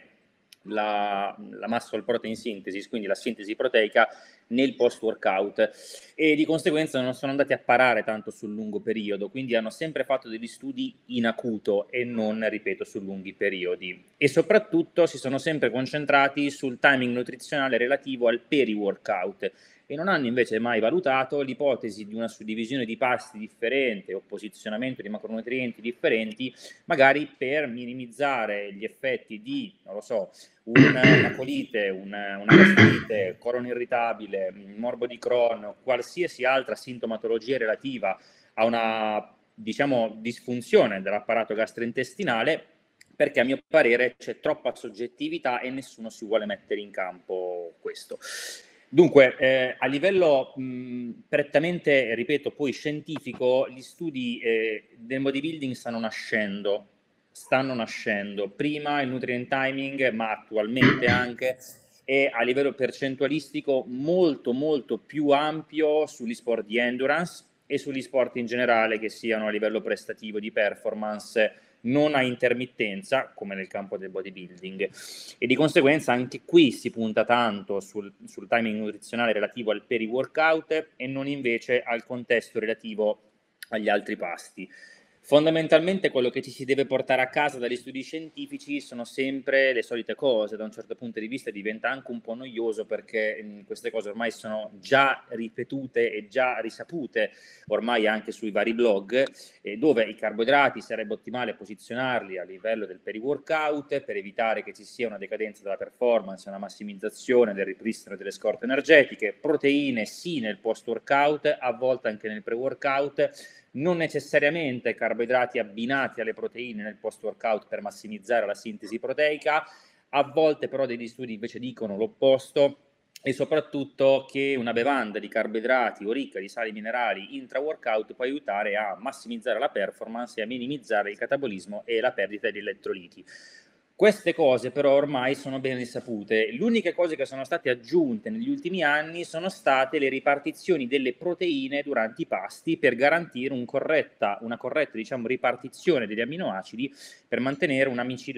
la, la muscle protein synthesis, quindi la sintesi proteica nel post workout, e di conseguenza non sono andati a parare tanto sul lungo periodo, quindi hanno sempre fatto degli studi in acuto e non, ripeto, su lunghi periodi, e soprattutto si sono sempre concentrati sul timing nutrizionale relativo al peri-workout, e non hanno invece mai valutato l'ipotesi di una suddivisione di pasti differente o posizionamento di macronutrienti differenti, magari per minimizzare gli effetti di, non lo so, una, una colite, una, una gastrite, colon irritabile, morbo di Crohn, qualsiasi altra sintomatologia relativa a una, diciamo, disfunzione dell'apparato gastrointestinale, perché a mio parere c'è troppa soggettività e nessuno si vuole mettere in campo questo. Dunque, eh, a livello mh, prettamente, ripeto, poi scientifico, gli studi eh, del bodybuilding stanno nascendo, stanno nascendo. Prima il nutrient timing, ma attualmente anche, è a livello percentualistico molto molto più ampio sugli sport di endurance e sugli sport in generale, che siano a livello prestativo di performance, non a intermittenza come nel campo del bodybuilding, e di conseguenza anche qui si punta tanto sul, sul timing nutrizionale relativo al peri-workout e non invece al contesto relativo agli altri pasti. Fondamentalmente quello che ci si deve portare a casa dagli studi scientifici sono sempre le solite cose. Da un certo punto di vista diventa anche un po' noioso, perché mh, queste cose ormai sono già ripetute e già risapute ormai anche sui vari blog, eh, dove i carboidrati sarebbe ottimale posizionarli a livello del peri-workout per evitare che ci sia una decadenza della performance, una massimizzazione del ripristino delle scorte energetiche. Proteine sì nel post-workout, a volte anche nel pre-workout, non necessariamente carboidrati abbinati alle proteine nel post-workout per massimizzare la sintesi proteica, a volte però degli studi invece dicono l'opposto, e soprattutto che una bevanda di carboidrati o ricca di sali minerali intra-workout può aiutare a massimizzare la performance e a minimizzare il catabolismo e la perdita di elettroliti. Queste cose però ormai sono ben risapute. Le uniche cose che sono state aggiunte negli ultimi anni sono state le ripartizioni delle proteine durante i pasti, per garantire un corretta, una corretta diciamo, ripartizione degli amminoacidi, per mantenere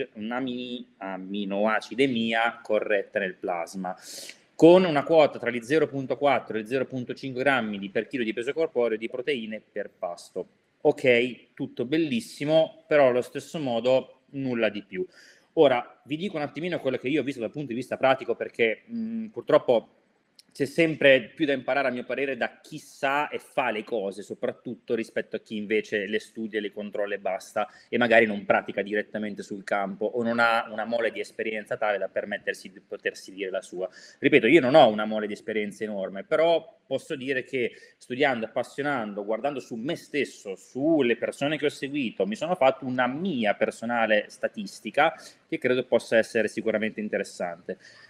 un'amminoacidemia corretta nel plasma, con una quota tra gli zero virgola quattro e gli zero virgola cinque grammi di per chilo di peso corporeo di proteine per pasto. Ok, tutto bellissimo, però allo stesso modo nulla di più. Ora, vi dico un attimino quello che io ho visto dal punto di vista pratico, perché mh, purtroppo c'è sempre più da imparare, a mio parere, da chi sa e fa le cose, soprattutto rispetto a chi invece le studia, le controlla e basta, e magari non pratica direttamente sul campo o non ha una mole di esperienza tale da permettersi di potersi dire la sua. Ripeto, io non ho una mole di esperienza enorme, però posso dire che studiando, appassionando, guardando su me stesso, sulle persone che ho seguito, mi sono fatto una mia personale statistica che credo possa essere sicuramente interessante.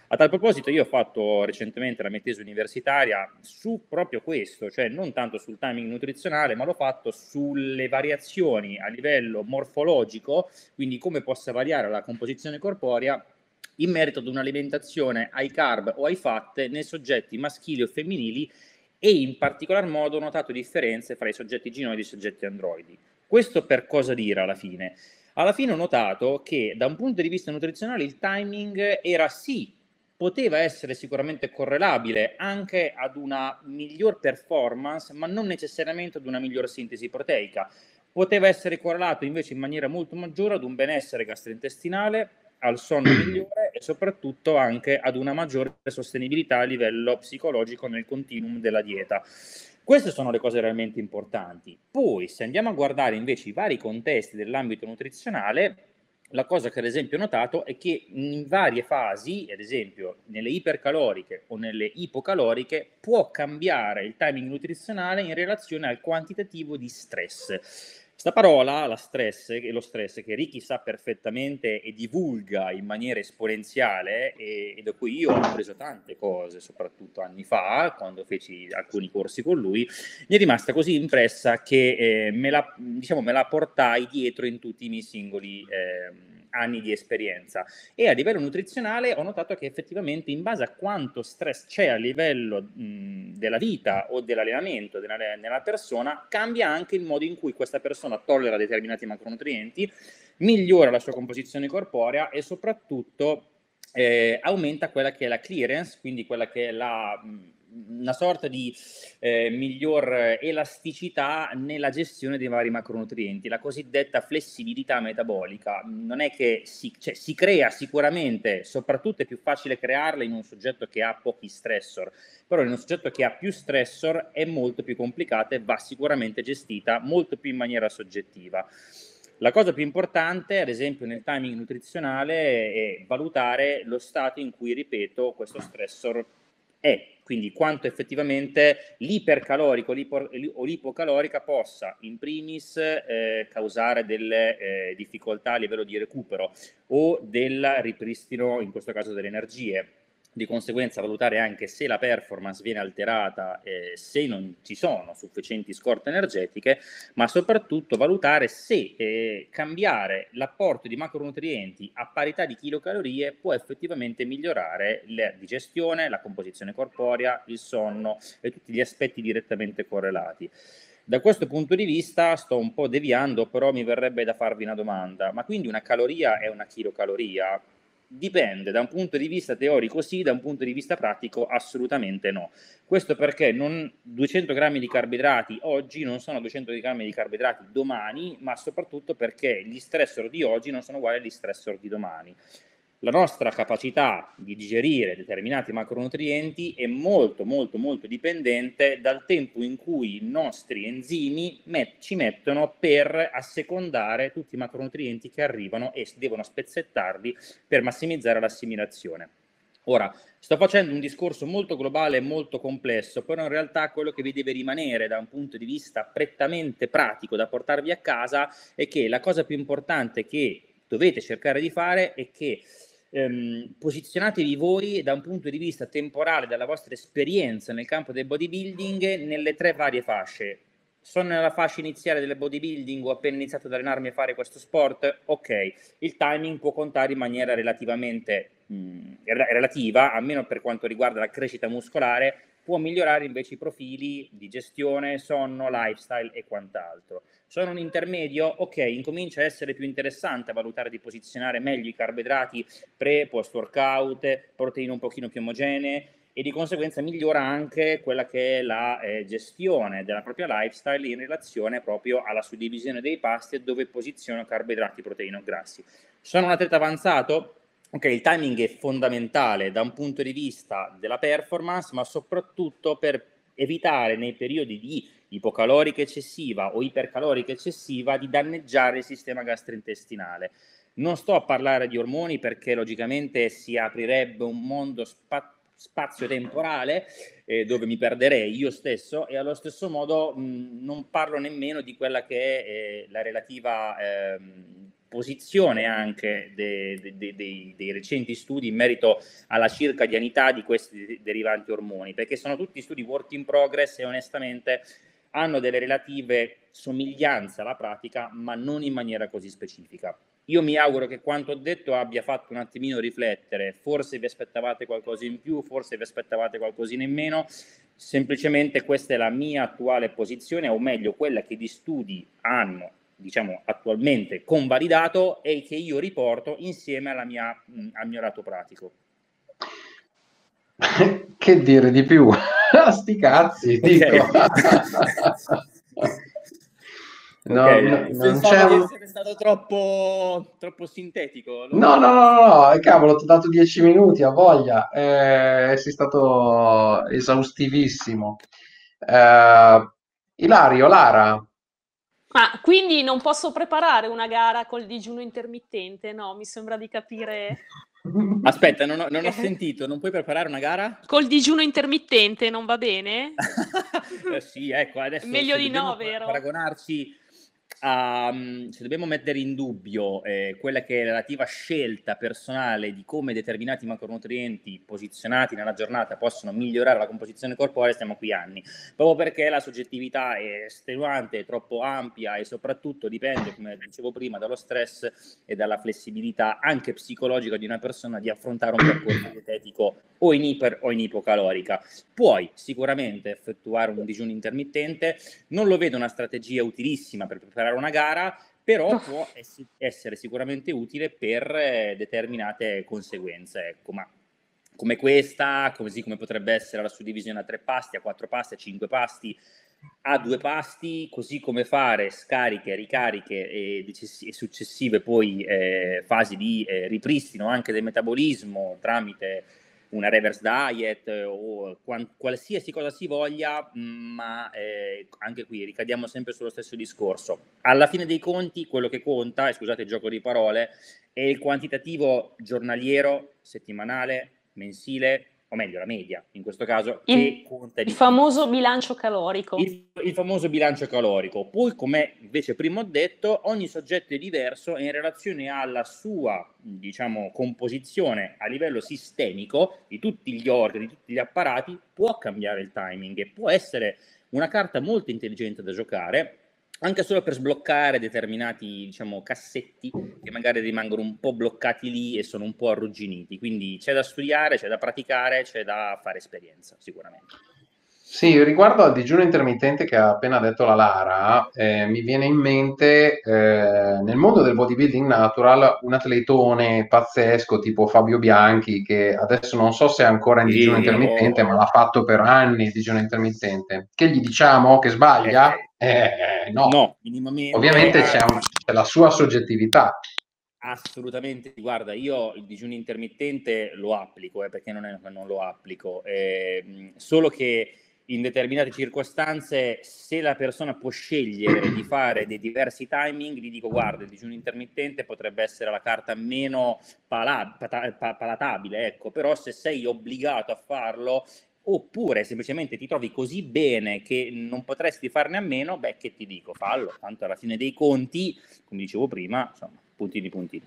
A tal proposito io ho fatto recentemente la mia tesi universitaria su proprio questo, cioè non tanto sul timing nutrizionale, ma l'ho fatto sulle variazioni a livello morfologico, quindi come possa variare la composizione corporea in merito ad un'alimentazione ai carb o ai fat nei soggetti maschili o femminili, e in particolar modo ho notato differenze fra i soggetti ginoidi e i soggetti androidi. Questo per cosa dire alla fine? Alla fine ho notato che da un punto di vista nutrizionale il timing era sì, poteva essere sicuramente correlabile anche ad una miglior performance, ma non necessariamente ad una miglior sintesi proteica. Poteva essere correlato invece in maniera molto maggiore ad un benessere gastrointestinale, al sonno migliore e soprattutto anche ad una maggiore sostenibilità a livello psicologico nel continuum della dieta. Queste sono le cose realmente importanti. Poi, se andiamo a guardare invece i vari contesti dell'ambito nutrizionale, la cosa che ad esempio ho notato è che in varie fasi, ad esempio nelle ipercaloriche o nelle ipocaloriche, può cambiare il timing nutrizionale in relazione al quantitativo di stress. Questa parola, la stress, e lo stress, che Ricky sa perfettamente e divulga in maniera esponenziale, e, e da cui io ho preso tante cose, soprattutto anni fa, quando feci alcuni corsi con lui, mi è rimasta così impressa che eh, me, la, diciamo, me la portai dietro in tutti i miei singoli eh, anni di esperienza. E a livello nutrizionale ho notato che effettivamente in base a quanto stress c'è a livello mh, della vita o dell'allenamento della, nella persona, cambia anche il modo in cui questa persona tollera determinati macronutrienti, migliora la sua composizione corporea e soprattutto eh, aumenta quella che è la clearance, quindi quella che è la... Mh, una sorta di eh, miglior elasticità nella gestione dei vari macronutrienti, la cosiddetta flessibilità metabolica. Non è che si, cioè, si crea sicuramente, soprattutto è più facile crearla in un soggetto che ha pochi stressor, però in un soggetto che ha più stressor è molto più complicata e va sicuramente gestita molto più in maniera soggettiva. La cosa più importante, ad esempio, nel timing nutrizionale è valutare lo stato in cui, ripeto, questo stressor è, quindi quanto effettivamente l'ipercalorico o l'ipocalorica possa in primis eh, causare delle eh, difficoltà a livello di recupero o del ripristino, in questo caso delle energie. Di conseguenza valutare anche se la performance viene alterata, eh, se non ci sono sufficienti scorte energetiche, ma soprattutto valutare se eh, cambiare l'apporto di macronutrienti a parità di chilocalorie può effettivamente migliorare la digestione, la composizione corporea, il sonno e tutti gli aspetti direttamente correlati. Da questo punto di vista sto un po' deviando, però mi verrebbe da farvi una domanda: ma quindi una caloria è una chilocaloria? Dipende, da un punto di vista teorico sì, da un punto di vista pratico assolutamente no. Questo perché non, duecento grammi di carboidrati oggi non sono duecento grammi di carboidrati domani, ma soprattutto perché gli stressor di oggi non sono uguali agli stressor di domani. La nostra capacità di digerire determinati macronutrienti è molto molto molto dipendente dal tempo in cui i nostri enzimi met- ci mettono per assecondare tutti i macronutrienti che arrivano e devono spezzettarli per massimizzare l'assimilazione. Ora, sto facendo un discorso molto globale e molto complesso, però in realtà quello che vi deve rimanere da un punto di vista prettamente pratico da portarvi a casa è che la cosa più importante che dovete cercare di fare è che ehm, posizionatevi voi da un punto di vista temporale, dalla vostra esperienza nel campo del bodybuilding, nelle tre varie fasce. Sono nella fascia iniziale del bodybuilding, ho appena iniziato ad allenarmi a fare questo sport, ok, il timing può contare in maniera relativamente mh, relativa, almeno per quanto riguarda la crescita muscolare, può migliorare invece i profili di gestione, sonno, lifestyle e quant'altro. Sono un intermedio? Ok, incomincia a essere più interessante a valutare di posizionare meglio i carboidrati pre, post workout, proteine un pochino più omogenee, e di conseguenza migliora anche quella che è la eh, gestione della propria lifestyle in relazione proprio alla suddivisione dei pasti e dove posiziono carboidrati, proteine o grassi. Sono un atleta avanzato? Ok, il timing è fondamentale da un punto di vista della performance, ma soprattutto per evitare nei periodi di ipocalorica eccessiva o ipercalorica eccessiva di danneggiare il sistema gastrointestinale. Non sto a parlare di ormoni perché logicamente si aprirebbe un mondo spazio spazio-temporale eh, dove mi perderei io stesso, e allo stesso modo mh, non parlo nemmeno di quella che è eh, la relativa eh, posizione anche de, de, de, de, dei recenti studi in merito alla circadianità di questi derivanti ormoni, perché sono tutti studi work in progress e onestamente hanno delle relative somiglianze alla pratica, ma non in maniera così specifica. Io mi auguro che quanto ho detto abbia fatto un attimino riflettere, forse vi aspettavate qualcosa in più, forse vi aspettavate qualcosina in meno, semplicemente questa è la mia attuale posizione, o meglio quella che gli studi hanno, diciamo, attualmente convalidato e che io riporto insieme alla mia, al mio lato pratico. Che dire di più? Sti cazzi, Okay. dico. No, Okay, no, non pensavo c'è di un... essere stato troppo, troppo sintetico. No, Lo... no, no, no, no, eh, cavolo, ti ho dato dieci minuti, a voglia. Eh, sei stato esaustivissimo. Eh, Ilario, Lara, Ah, quindi non posso preparare una gara col digiuno intermittente? No, mi sembra di capire. Aspetta, non ho, non ho sentito, non puoi preparare una gara? Col digiuno intermittente non va bene? Eh sì, ecco, adesso Meglio se di dobbiamo no, vero? paragonarci a, mm, se dobbiamo mettere in dubbio eh, quella che è la relativa scelta personale di come determinati macronutrienti posizionati nella giornata possono migliorare la composizione corporea, stiamo qui anni, proprio perché la soggettività è estenuante, è troppo ampia e soprattutto dipende, come dicevo prima, dallo stress e dalla flessibilità anche psicologica di una persona di affrontare un percorso dietetico o in iper o in ipocalorica. Puoi sicuramente effettuare un digiuno intermittente, non lo vedo una strategia utilissima per preparare una gara, però può ess- essere sicuramente utile per eh, determinate conseguenze, ecco, ma come questa, così come potrebbe essere la suddivisione a tre pasti, a quattro pasti, a cinque pasti, a due pasti, così come fare scariche, ricariche e, e successive poi eh, fasi di eh, ripristino anche del metabolismo tramite una reverse diet eh, o qual- qualsiasi cosa si voglia, ma eh, anche qui ricadiamo sempre sullo stesso discorso. Alla fine dei conti, quello che conta, e scusate il gioco di parole, è il quantitativo giornaliero, settimanale, mensile, o meglio la media in questo caso, Il, che conta il di più. famoso bilancio calorico. Il, il famoso bilancio calorico. Poi, come invece prima ho detto, ogni soggetto è diverso e in relazione alla sua, diciamo, composizione a livello sistemico di tutti gli organi, di tutti gli apparati, può cambiare il timing e può essere una carta molto intelligente da giocare, anche solo per sbloccare determinati, diciamo, cassetti che magari rimangono un po' bloccati lì e sono un po' arrugginiti. Quindi c'è da studiare, c'è da praticare, c'è da fare esperienza, sicuramente. sì, riguardo al digiuno intermittente che ha appena detto la Lara, eh, mi viene in mente eh, nel mondo del bodybuilding natural un atletone pazzesco tipo Fabio Bianchi, che adesso non so se è ancora in digiuno Sì, intermittente, oh. ma l'ha fatto per anni il digiuno intermittente. Che gli diciamo che sbaglia? Eh, Eh, no. no, minimamente. Ovviamente Ah, c'è, un- c'è la sua soggettività. assolutamente, guarda, io il digiuno intermittente lo applico, eh, perché non, è, non lo applico, eh, solo che in determinate circostanze, se la persona può scegliere di fare dei diversi timing, gli dico guarda, il digiuno intermittente potrebbe essere la carta meno pala- pata- pa- palatabile, ecco, però se sei obbligato a farlo, oppure semplicemente ti trovi così bene che non potresti farne a meno, beh, che ti dico, fallo, tanto alla fine dei conti, come dicevo prima, insomma, puntini puntini.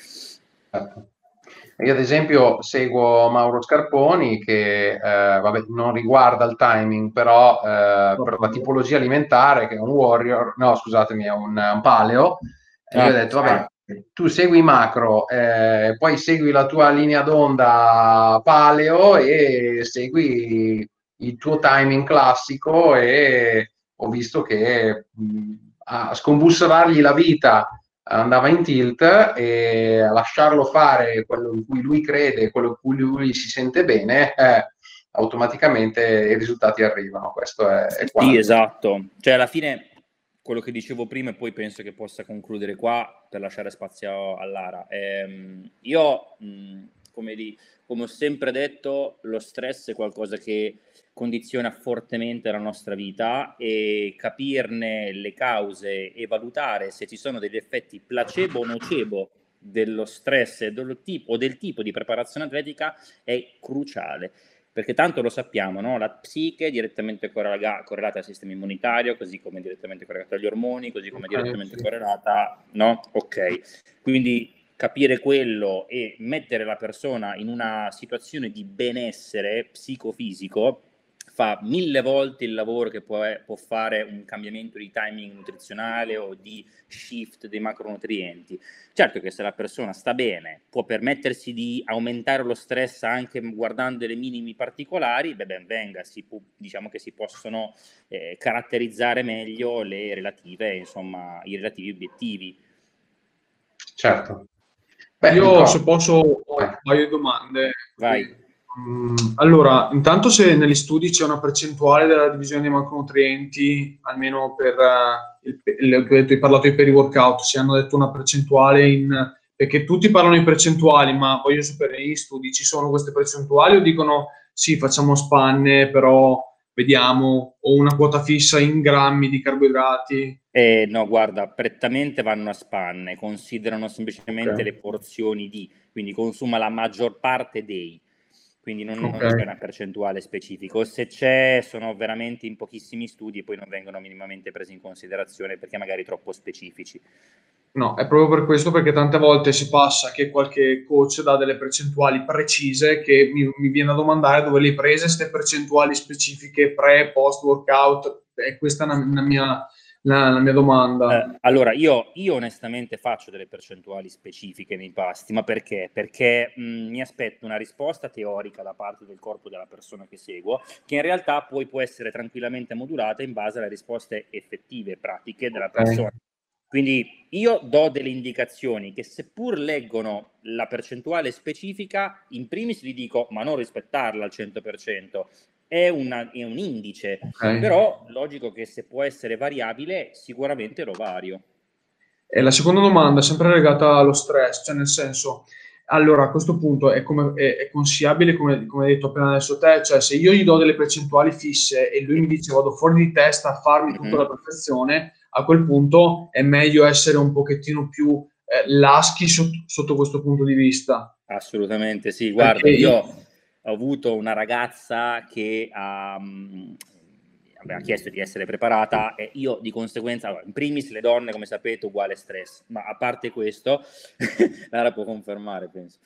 Io ad esempio seguo Mauro Scarponi che eh, vabbè, non riguarda il timing, però eh, per la tipologia alimentare, che è un warrior, no scusatemi, è un, un paleo, e gli ho Ah, detto vabbè, tu segui i macro, eh, poi segui la tua linea d'onda paleo e segui il tuo timing classico e ho visto che mh, a scombussolargli la vita andava in tilt e a lasciarlo fare quello in cui lui crede, quello in cui lui si sente bene, eh, automaticamente i risultati arrivano. Questo è, è sì, quanto. esatto. Cioè, alla fine, quello che dicevo prima, e poi penso che possa concludere qua per lasciare spazio a Lara. Ehm, io, mh, come, di, come ho sempre detto, lo stress è qualcosa che condiziona fortemente la nostra vita e capirne le cause e valutare se ci sono degli effetti placebo o nocebo dello stress e dello tipo, o del tipo di preparazione atletica è cruciale. perché tanto lo sappiamo, no? La psiche è direttamente correla- correlata al sistema immunitario, così come è direttamente correlata agli ormoni, così come è Ok, direttamente sì. correlata, no? Ok, quindi capire quello e mettere la persona in una situazione di benessere psicofisico fa mille volte il lavoro che può, può fare un cambiamento di timing nutrizionale o di shift dei macronutrienti. Certo che se la persona sta bene, può permettersi di aumentare lo stress anche guardando le minimi particolari, beh ben venga, si può, diciamo che si possono eh, caratterizzare meglio le relative, insomma, i relativi obiettivi. Certo. Beh, Io, Nicola, se posso, ho vai. un paio di domande. Vai. Mm, Allora, intanto se negli studi c'è una percentuale della divisione dei macronutrienti, almeno per eh, il, il, il- hai parlato di peri-workout, se hanno detto una percentuale in... perché tutti parlano di percentuali, ma voglio sapere, negli studi ci sono queste percentuali o dicono sì, facciamo spanne, però vediamo, o una quota fissa in grammi di carboidrati? Eh, no, guarda, prettamente vanno a spanne, considerano semplicemente Ok, le porzioni di, quindi consuma la maggior parte dei, quindi non, ok. non c'è una percentuale specifica, o se c'è sono veramente in pochissimi studi e poi non vengono minimamente presi in considerazione perché magari troppo specifici. No, è proprio per questo, perché tante volte si passa che qualche coach dà delle percentuali precise che mi, mi viene a domandare dove le hai prese queste percentuali specifiche pre, post workout. E questa è una, una mia, la, la mia domanda. Eh, allora, io, io onestamente faccio delle percentuali specifiche nei pasti, ma perché? Perché mh, mi aspetto una risposta teorica da parte del corpo della persona che seguo, che in realtà poi può essere tranquillamente modulata in base alle risposte effettive, pratiche della persona. Ok. Quindi io do delle indicazioni che seppur leggono la percentuale specifica, in primis gli dico ma non rispettarla al cento per cento, è, una, è un indice, Ok. però logico che se può essere variabile sicuramente lo vario. E la seconda domanda è sempre legata allo stress, cioè nel senso, allora a questo punto è, come, è, è consigliabile, come, come hai detto appena adesso te, cioè se io gli do delle percentuali fisse e lui mi dice vado fuori di testa a farmi tutto alla Mm-hmm. perfezione, a quel punto è meglio essere un pochettino più eh, laschi sotto, sotto questo punto di vista. Assolutamente sì, Perché guarda, io, io ho avuto una ragazza che ha, mh, aveva chiesto di essere preparata e io di conseguenza, allora, in primis le donne come sapete uguale stress, ma a parte questo, Lara può confermare penso,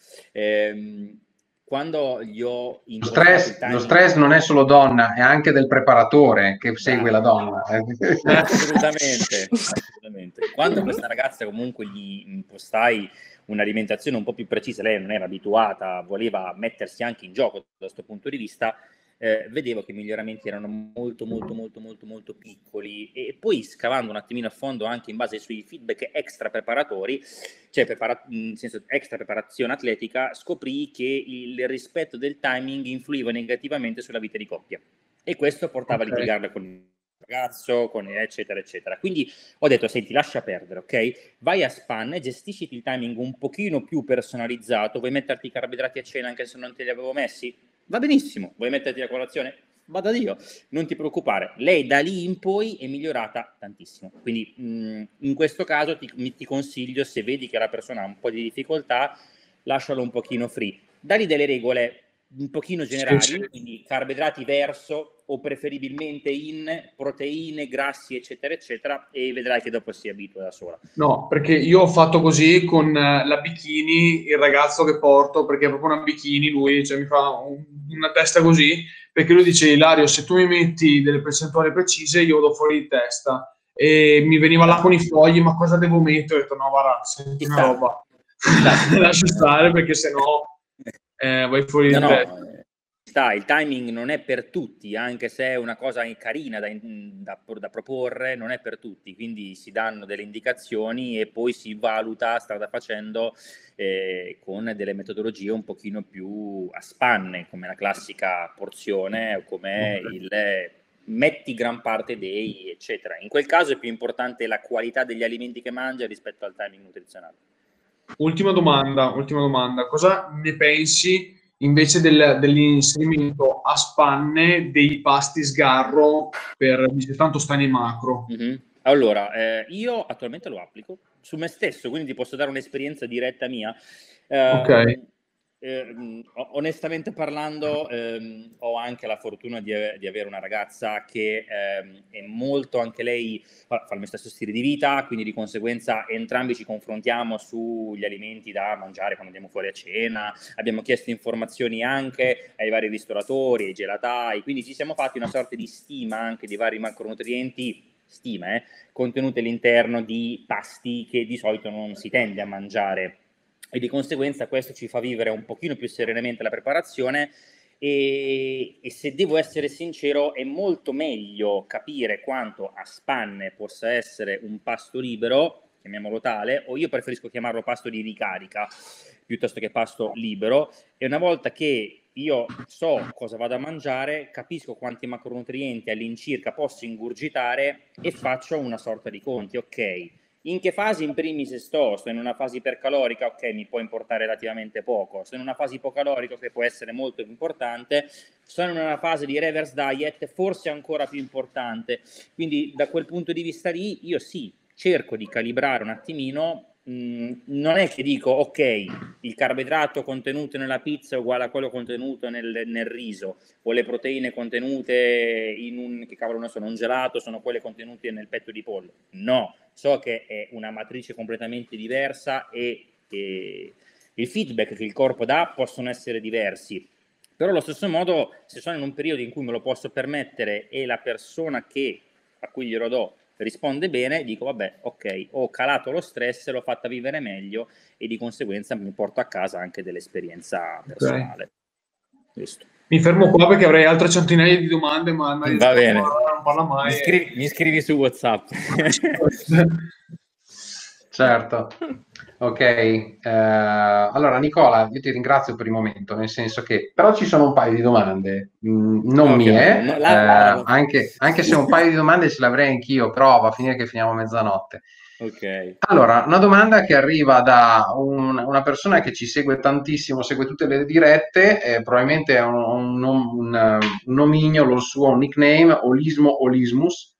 ehm, quando gli ho Lo impostato il stress, lo timing, stress non è solo donna, è anche del preparatore che segue la bravo, donna. assolutamente, assolutamente. Quando questa ragazza comunque gli impostai un'alimentazione un po' più precisa, lei non era abituata, voleva mettersi anche in gioco da questo punto di vista, eh, vedevo che i miglioramenti erano molto molto molto molto molto piccoli e poi scavando un attimino a fondo anche in base ai suoi feedback extra preparatori, cioè prepara- in senso extra preparazione atletica, scoprì che il rispetto del timing influiva negativamente sulla vita di coppia e questo portava a ok. litigarle con il ragazzo, con eccetera eccetera. Quindi ho detto senti lascia perdere, ok? Vai a spanne, gestisci il timing un pochino più personalizzato, vuoi metterti i carboidrati a cena anche se non te li avevo messi? Va benissimo, vuoi metterti a colazione? Vada Dio, non ti preoccupare. Lei da lì in poi è migliorata tantissimo. Quindi mh, in questo caso ti, ti consiglio, se vedi che la persona ha un po' di difficoltà, lascialo un pochino free. Dagli delle regole un pochino Sì, sì. generali, quindi carboidrati verso o preferibilmente in proteine, grassi, eccetera, eccetera, e vedrai che dopo si abitua da sola. No, perché io ho fatto così con eh, la bikini, il ragazzo che porto, perché è proprio una bikini, lui cioè, mi fa un- una testa così, perché lui dice, Ilario, se tu mi metti delle percentuali precise, io vado fuori di testa. E mi veniva là con i fogli, ma cosa devo mettere? Ho detto, no, guarda, senti Ci una sta, roba, ci sta, ci sta. lascia stare, perché sennò eh, vai fuori No, di testa. no, eh, sta, il timing non è per tutti, anche se è una cosa carina da, da, da proporre, non è per tutti, quindi si danno delle indicazioni e poi si valuta strada facendo eh, con delle metodologie un pochino più a spanne, come la classica porzione o come Ok. il metti gran parte dei, eccetera. In quel caso è più importante la qualità degli alimenti che mangia rispetto al timing nutrizionale. Ultima domanda, ultima domanda. Cosa ne pensi invece del- dell'inserimento a spanne dei pasti sgarro per, dice, tanto sta nei macro? Mm-hmm. Allora, eh, io attualmente lo applico su me stesso, quindi ti posso dare un'esperienza diretta mia. Ok, Eh, Eh, onestamente parlando, ehm, ho anche la fortuna di, di avere una ragazza che ehm, è molto, anche lei fa, fa il mio stesso stile di vita, quindi di conseguenza entrambi ci confrontiamo sugli alimenti da mangiare quando andiamo fuori a cena, abbiamo chiesto informazioni anche ai vari ristoratori, ai gelatai, quindi ci siamo fatti una sorta di stima anche di vari macronutrienti, stima, eh, contenute all'interno di pasti che di solito non si tende a mangiare. E di conseguenza questo ci fa vivere un pochino più serenamente la preparazione e, e se devo essere sincero è molto meglio capire quanto a spanne possa essere un pasto libero, chiamiamolo tale, o io preferisco chiamarlo pasto di ricarica piuttosto che pasto libero, e una volta che io so cosa vado a mangiare, capisco quanti macronutrienti all'incirca posso ingurgitare e faccio una sorta di conti, ok. In che fase in primis sto? Sto in una fase ipercalorica, ok, mi può importare relativamente poco. Sto in una fase ipocalorica che può essere molto importante. Sto in una fase di reverse diet, forse ancora più importante. Quindi da quel punto di vista lì, io sì, cerco di calibrare un attimino. Mm, non è che dico, ok, il carboidrato contenuto nella pizza è uguale a quello contenuto nel, nel riso, o le proteine contenute in un, che cavolo ne so, un gelato sono quelle contenute nel petto di pollo. No, so che è una matrice completamente diversa e, e il feedback che il corpo dà possono essere diversi, però allo stesso modo se sono in un periodo in cui me lo posso permettere e la persona che, a cui glielo do risponde bene, dico vabbè, ok, ho calato lo stress, l'ho fatta vivere meglio e di conseguenza mi porto a casa anche dell'esperienza personale. Okay. Questo. Mi fermo qua perché avrei altre centinaia di domande, ma mai va bene, non parla mai. Mi scrivi, mi scrivi su WhatsApp. Certo. Ok, eh, allora Nicola, io ti ringrazio per il momento, nel senso che però ci sono un paio di domande, mm, non okay, mie, no, la, la, la, eh, anche, anche se un paio di domande ce l'avrei anch'io, però va a finire che finiamo a mezzanotte. Ok. Allora, una domanda che arriva da un, una persona che ci segue tantissimo, segue tutte le dirette, eh, probabilmente è un, un, un, un nomignolo, il suo un nickname, Olismo Olismus.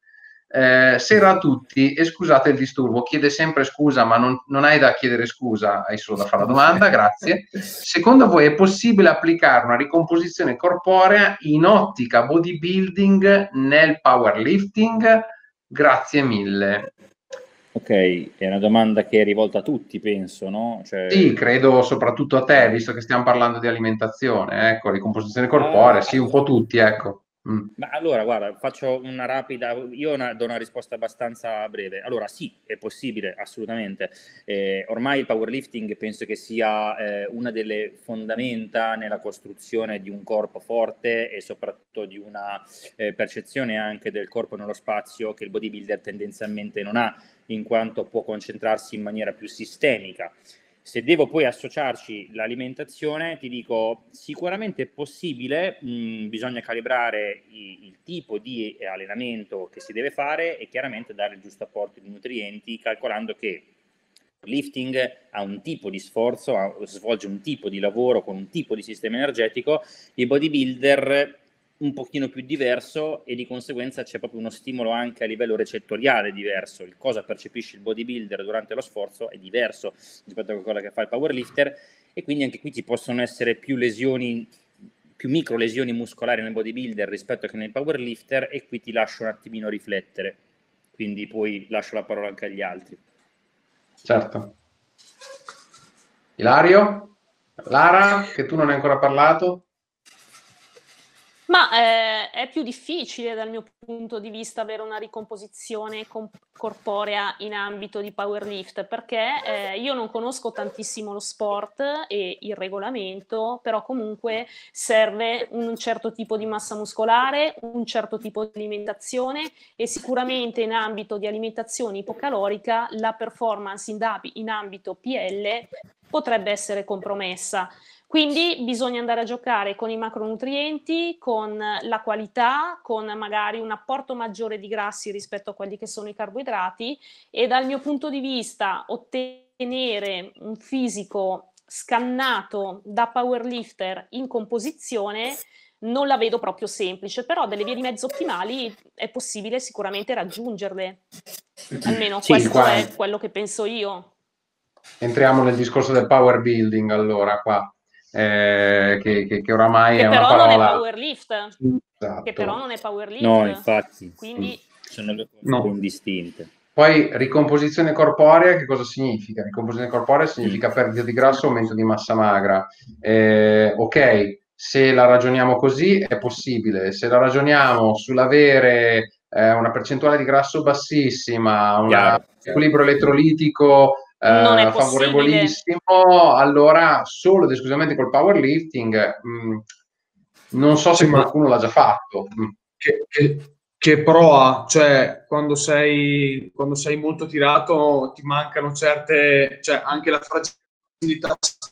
Eh, sera a tutti e scusate il disturbo, chiede sempre scusa ma non, non hai da chiedere scusa, hai solo da fare la domanda, grazie. Secondo voi è possibile applicare una ricomposizione corporea in ottica bodybuilding nel powerlifting? Grazie mille. Ok, è una domanda che è rivolta a tutti, penso, no? Cioè... Sì, credo soprattutto a te, visto che stiamo parlando di alimentazione, ecco, ricomposizione corporea, ah, sì, un po' tutti, ecco. Mm. Ma allora, guarda, faccio una rapida, io una, do una risposta abbastanza breve. Allora, sì, è possibile, assolutamente. Eh, ormai il powerlifting penso che sia eh, una delle fondamenta nella costruzione di un corpo forte e soprattutto di una eh, percezione anche del corpo nello spazio che il bodybuilder tendenzialmente non ha, in quanto può concentrarsi in maniera più sistemica. Se devo poi associarci l'alimentazione, ti dico sicuramente è possibile, mh, bisogna calibrare i, il tipo di allenamento che si deve fare e chiaramente dare il giusto apporto di nutrienti, calcolando che il lifting ha un tipo di sforzo, ha, svolge un tipo di lavoro con un tipo di sistema energetico, il bodybuilder un pochino più diverso e di conseguenza c'è proprio uno stimolo anche a livello recettoriale diverso. Il cosa percepisce il bodybuilder durante lo sforzo è diverso rispetto a quello che fa il powerlifter e quindi anche qui ci possono essere più lesioni, più micro lesioni muscolari nel bodybuilder rispetto che nel powerlifter e qui ti lascio un attimino riflettere, quindi poi lascio la parola anche agli altri. Certo. Ilario? Lara, che tu non hai ancora parlato? Ma eh, è più difficile dal mio punto di vista avere una ricomposizione com- corporea in ambito di powerlift perché eh, io non conosco tantissimo lo sport e il regolamento, però comunque serve un certo tipo di massa muscolare, un certo tipo di alimentazione e sicuramente in ambito di alimentazione ipocalorica la performance in, dab- in ambito P L potrebbe essere compromessa. Quindi bisogna andare a giocare con i macronutrienti, con la qualità, con magari un apporto maggiore di grassi rispetto a quelli che sono i carboidrati e dal mio punto di vista ottenere un fisico scannato da powerlifter in composizione non la vedo proprio semplice, però delle vie di mezzo ottimali è possibile sicuramente raggiungerle. Almeno sì, questo qua è quello che penso io. Entriamo nel discorso del power building allora qua. eh, che, che, che oramai che è una però non è parola... powerlift, Esatto. che però non è powerlift. No, infatti, quindi sono due cose No. ben distinte. Poi ricomposizione corporea, che cosa significa? Ricomposizione corporea significa Mm. perdita di grasso, aumento di massa magra. Eh, ok, se la ragioniamo così è possibile, se la ragioniamo sull'avere eh, una percentuale di grasso bassissima, un Chiaro, equilibrio elettrolitico non è eh, possibile. favorevolissimo, allora solo ed esclusivamente col powerlifting, mh, non so se Sì, ma qualcuno l'ha già fatto. Mh. che, che, che pro ha, cioè quando sei, quando sei molto tirato ti mancano certe, cioè anche la fragilità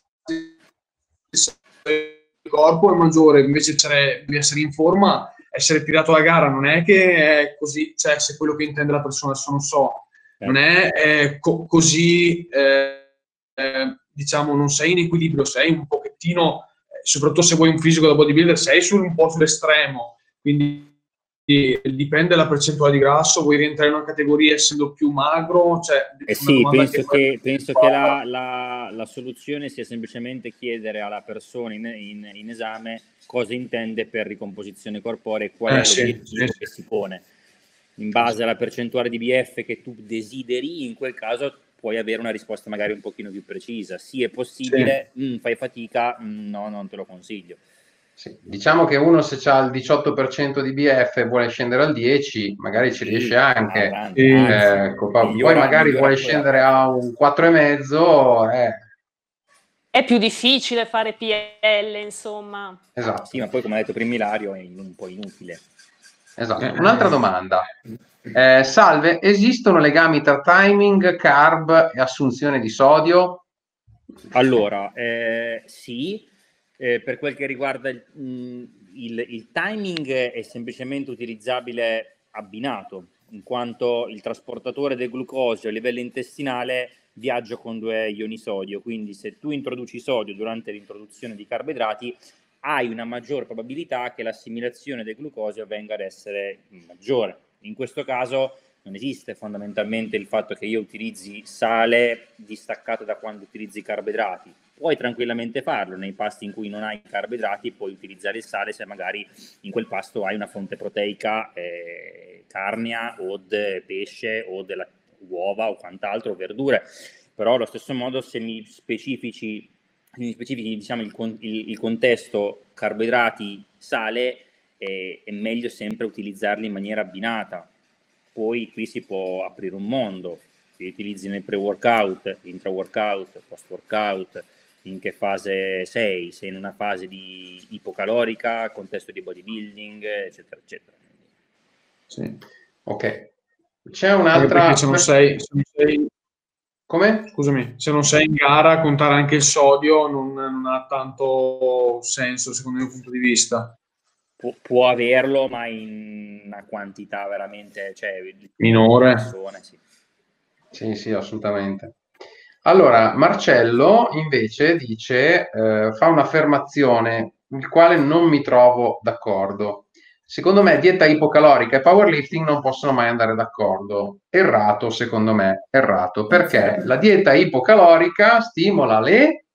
del corpo è maggiore, invece c'è, di essere in forma, essere tirato alla gara non è che è così, cioè se quello che intende la persona, adesso non so, non è eh, co- così, eh, eh, diciamo, non sei in equilibrio, sei un pochettino, eh, soprattutto se vuoi un fisico da bodybuilder, sei sul, un po' sull'estremo, quindi dipende dalla percentuale di grasso, vuoi rientrare in una categoria essendo più magro? Cioè, Eh una sì, domanda penso che, che, penso che la, la, la soluzione sia semplicemente chiedere alla persona in, in, in esame cosa intende per ricomposizione corporea e qual Eh, è sì, l'obiettivo sì, che si pone. In base alla percentuale di B F che tu desideri, in quel caso puoi avere una risposta magari un pochino più precisa. Sì, è possibile, sì. mm, fai fatica, mm, no, non te lo consiglio. Sì. Diciamo che uno se ha il diciotto per cento di B F e vuole scendere al dieci, magari ci Sì, riesce anche. avanti, Sì. anzi, Eh, ecco, poi migliora, magari migliora vuole pure la scendere a performance. un quattro virgola cinque, eh, È più difficile fare P L, insomma. esatto. Sì, ma poi come ha detto prima Ilario è un po' inutile. Esatto. Eh, Un'altra eh. domanda. Eh, salve, esistono legami tra timing, carb e assunzione di sodio? Allora, eh, sì, eh, per quel che riguarda il, mh, il, il timing è semplicemente utilizzabile abbinato, in quanto il trasportatore del glucosio a livello intestinale viaggia con due ioni sodio, quindi se tu introduci sodio durante l'introduzione di carboidrati hai una maggior probabilità che l'assimilazione del glucosio venga ad essere maggiore. In questo caso non esiste fondamentalmente il fatto che io utilizzi sale distaccato da quando utilizzi carboidrati. Puoi tranquillamente farlo nei pasti in cui non hai carboidrati, puoi utilizzare il sale se magari in quel pasto hai una fonte proteica eh, carnea o de pesce o della uova o quant'altro, o verdure. Però allo stesso modo se mi specifici, mi specifichi diciamo, il, il, il contesto carboidrati, sale, eh, è meglio sempre utilizzarli in maniera abbinata. Poi qui si può aprire un mondo, li utilizzi nel pre-workout, intra-workout, post-workout, in che fase sei, sei in una fase di ipocalorica, contesto di bodybuilding, eccetera, eccetera. Sì. Ok. C'è Anche un'altra... perché se non sei, se non sei, Come? scusami, se non sei in gara, contare anche il sodio non, non ha tanto senso, secondo il mio punto di vista. Pu- può averlo, ma in una quantità veramente, cioè, Minore. persone, sì. Sì, sì, assolutamente. Allora, Marcello invece dice, eh, fa un'affermazione il quale non mi trovo d'accordo. Secondo me dieta ipocalorica e powerlifting non possono mai andare d'accordo. Errato, secondo me, errato, perché la dieta ipocalorica stimola le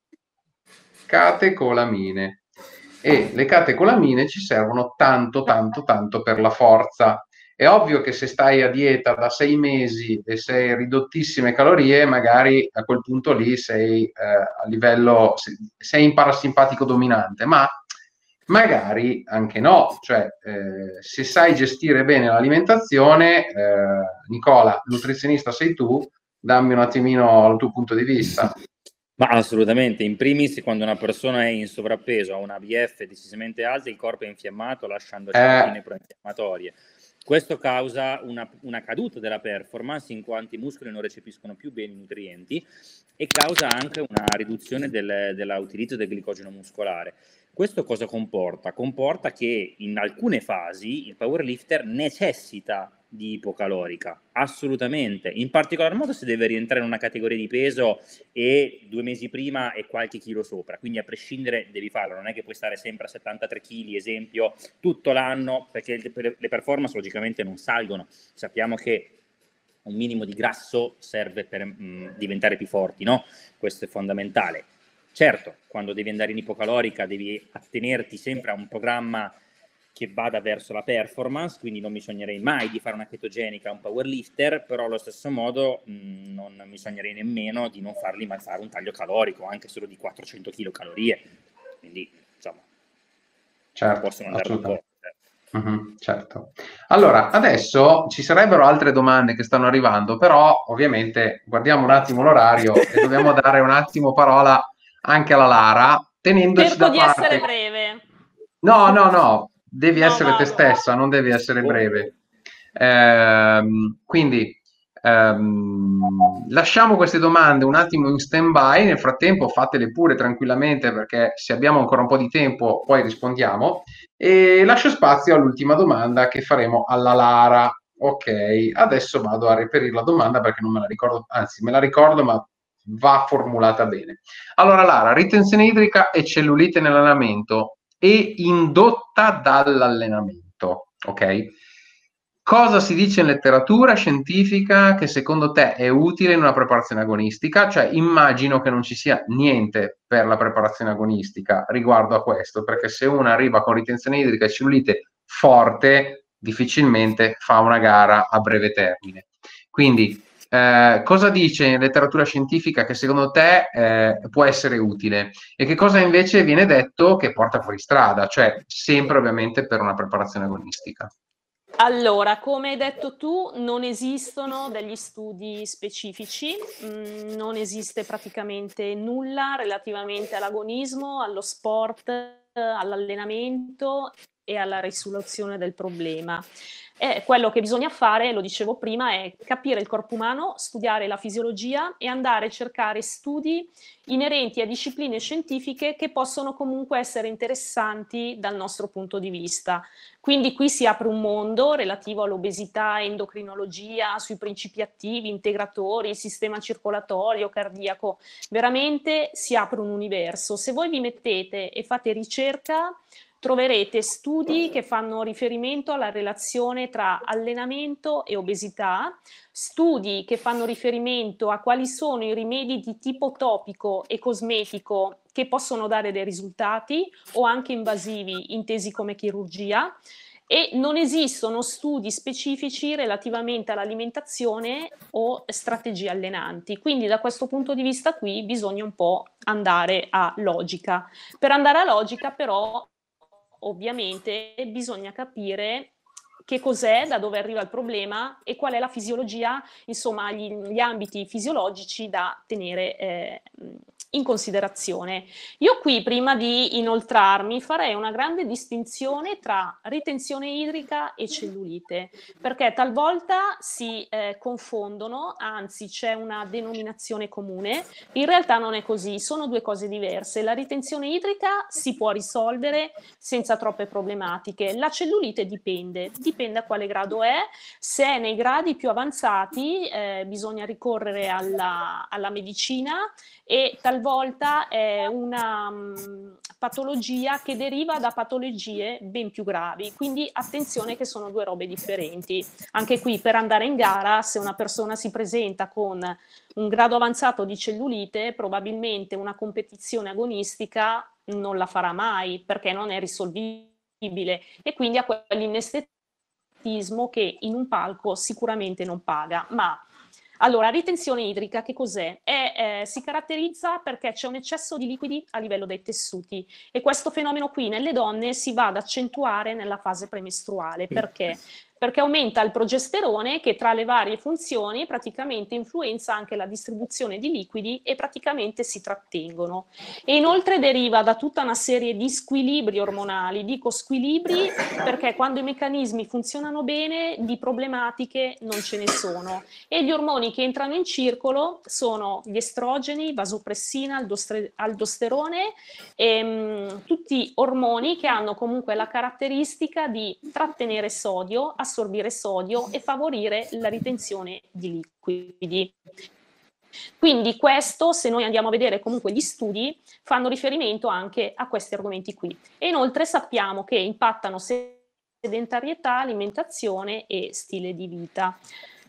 catecolamine e le catecolamine ci servono tanto, tanto, tanto per la forza. È ovvio che se stai a dieta da sei mesi e sei ridottissime calorie, magari a quel punto lì sei eh, a livello, sei in parasimpatico dominante, ma magari anche no, cioè eh, se sai gestire bene l'alimentazione, eh, Nicola, nutrizionista sei tu, dammi un attimino il tuo punto di vista. Ma assolutamente, in primis quando una persona è in sovrappeso, ha una B F decisamente alta, il corpo è infiammato lasciando cefalline Eh, proinfiammatorie. Questo causa una, una caduta della performance in quanto i muscoli non recepiscono più bene i nutrienti e causa anche una riduzione del, dell'utilizzo del glicogeno muscolare. Questo cosa comporta? Comporta che in alcune fasi il powerlifter necessita di ipocalorica, assolutamente, in particolar modo se deve rientrare in una categoria di peso e due mesi prima è qualche chilo sopra, quindi a prescindere devi farlo, non è che puoi stare sempre a settantatré chili, esempio, tutto l'anno, perché le performance logicamente non salgono. Sappiamo che un minimo di grasso serve per mh, diventare più forti, no? Questo è fondamentale. Certo, quando devi andare in ipocalorica devi attenerti sempre a un programma che vada verso la performance, quindi non mi sognerei mai di fare una chetogenica a un powerlifter, però allo stesso modo mh, non mi sognerei nemmeno di non fargli mai fare un taglio calorico, anche solo di quattrocento chilocalorie, quindi insomma certo, possono andare d'accordo. Mm-hmm, certo. Allora, adesso ci sarebbero altre domande che stanno arrivando, però ovviamente guardiamo un attimo l'orario e dobbiamo dare un attimo parola anche alla Lara, tenendoci Cerco da di parte... essere breve. No, no, no, devi No, essere te vado. stessa, non devi essere breve. Ehm, quindi ehm, lasciamo queste domande un attimo in stand-by, nel frattempo fatele pure tranquillamente perché se abbiamo ancora un po' di tempo poi rispondiamo e lascio spazio all'ultima domanda che faremo alla Lara. Ok, adesso vado a reperire la domanda perché non me la ricordo, anzi me la ricordo ma va formulata bene. Allora Lara, ritenzione idrica e cellulite nell'allenamento e indotta dall'allenamento, ok? Cosa si dice in letteratura scientifica che secondo te è utile in una preparazione agonistica? Cioè immagino che non ci sia niente per la preparazione agonistica riguardo a questo, perché se uno arriva con ritenzione idrica e cellulite forte, difficilmente fa una gara a breve termine. Quindi eh, cosa dice in letteratura scientifica che secondo te eh, può essere utile e che cosa invece viene detto che porta fuori strada, cioè sempre ovviamente per una preparazione agonistica? Allora, come hai detto tu, non esistono degli studi specifici, mh, non esiste praticamente nulla relativamente all'agonismo, allo sport, all'allenamento e alla risoluzione del problema. E quello che bisogna fare, lo dicevo prima, è capire il corpo umano, studiare la fisiologia e andare a cercare studi inerenti a discipline scientifiche che possono comunque essere interessanti dal nostro punto di vista. Quindi qui si apre un mondo relativo all'obesità, endocrinologia, sui principi attivi, integratori, sistema circolatorio, cardiaco. Veramente si apre un universo. Se voi vi mettete e fate ricerca, troverete studi che fanno riferimento alla relazione tra allenamento e obesità, studi che fanno riferimento a quali sono i rimedi di tipo topico e cosmetico che possono dare dei risultati o anche invasivi intesi come chirurgia, e non esistono studi specifici relativamente all'alimentazione o strategie allenanti. Quindi da questo punto di vista qui bisogna un po' andare a logica. Per andare a logica però ovviamente bisogna capire che cos'è, da dove arriva il problema e qual è la fisiologia, insomma gli, gli ambiti fisiologici da tenere eh, in considerazione. Io qui, prima di inoltrarmi, farei una grande distinzione tra ritenzione idrica e cellulite, perché talvolta si eh, confondono, anzi c'è una denominazione comune. In realtà non è così, sono due cose diverse. La ritenzione idrica si può risolvere senza troppe problematiche, la cellulite dipende, dipende a quale grado è. Se è nei gradi più avanzati eh, bisogna ricorrere alla, alla medicina e talvolta è una um, patologia che deriva da patologie ben più gravi, quindi attenzione che sono due robe differenti. Anche qui per andare in gara, se una persona si presenta con un grado avanzato di cellulite, probabilmente una competizione agonistica non la farà mai perché non è risolvibile e quindi ha quell'inestetismo che in un palco sicuramente non paga. Ma allora, ritenzione idrica che cos'è? È, eh, si caratterizza perché c'è un eccesso di liquidi a livello dei tessuti e questo fenomeno qui nelle donne si va ad accentuare nella fase premestruale. Perché? Perché aumenta il progesterone che tra le varie funzioni praticamente influenza anche la distribuzione di liquidi e praticamente si trattengono. E inoltre deriva da tutta una serie di squilibri ormonali. Dico squilibri perché quando i meccanismi funzionano bene di problematiche non ce ne sono. E gli ormoni che entrano in circolo sono gli estrogeni, vasopressina, aldosterone, e, mh, tutti ormoni che hanno comunque la caratteristica di trattenere sodio, assorbire sodio e favorire la ritenzione di liquidi. Quindi questo, se noi andiamo a vedere comunque gli studi, fanno riferimento anche a questi argomenti qui. E inoltre sappiamo che impattano sedentarietà, alimentazione e stile di vita.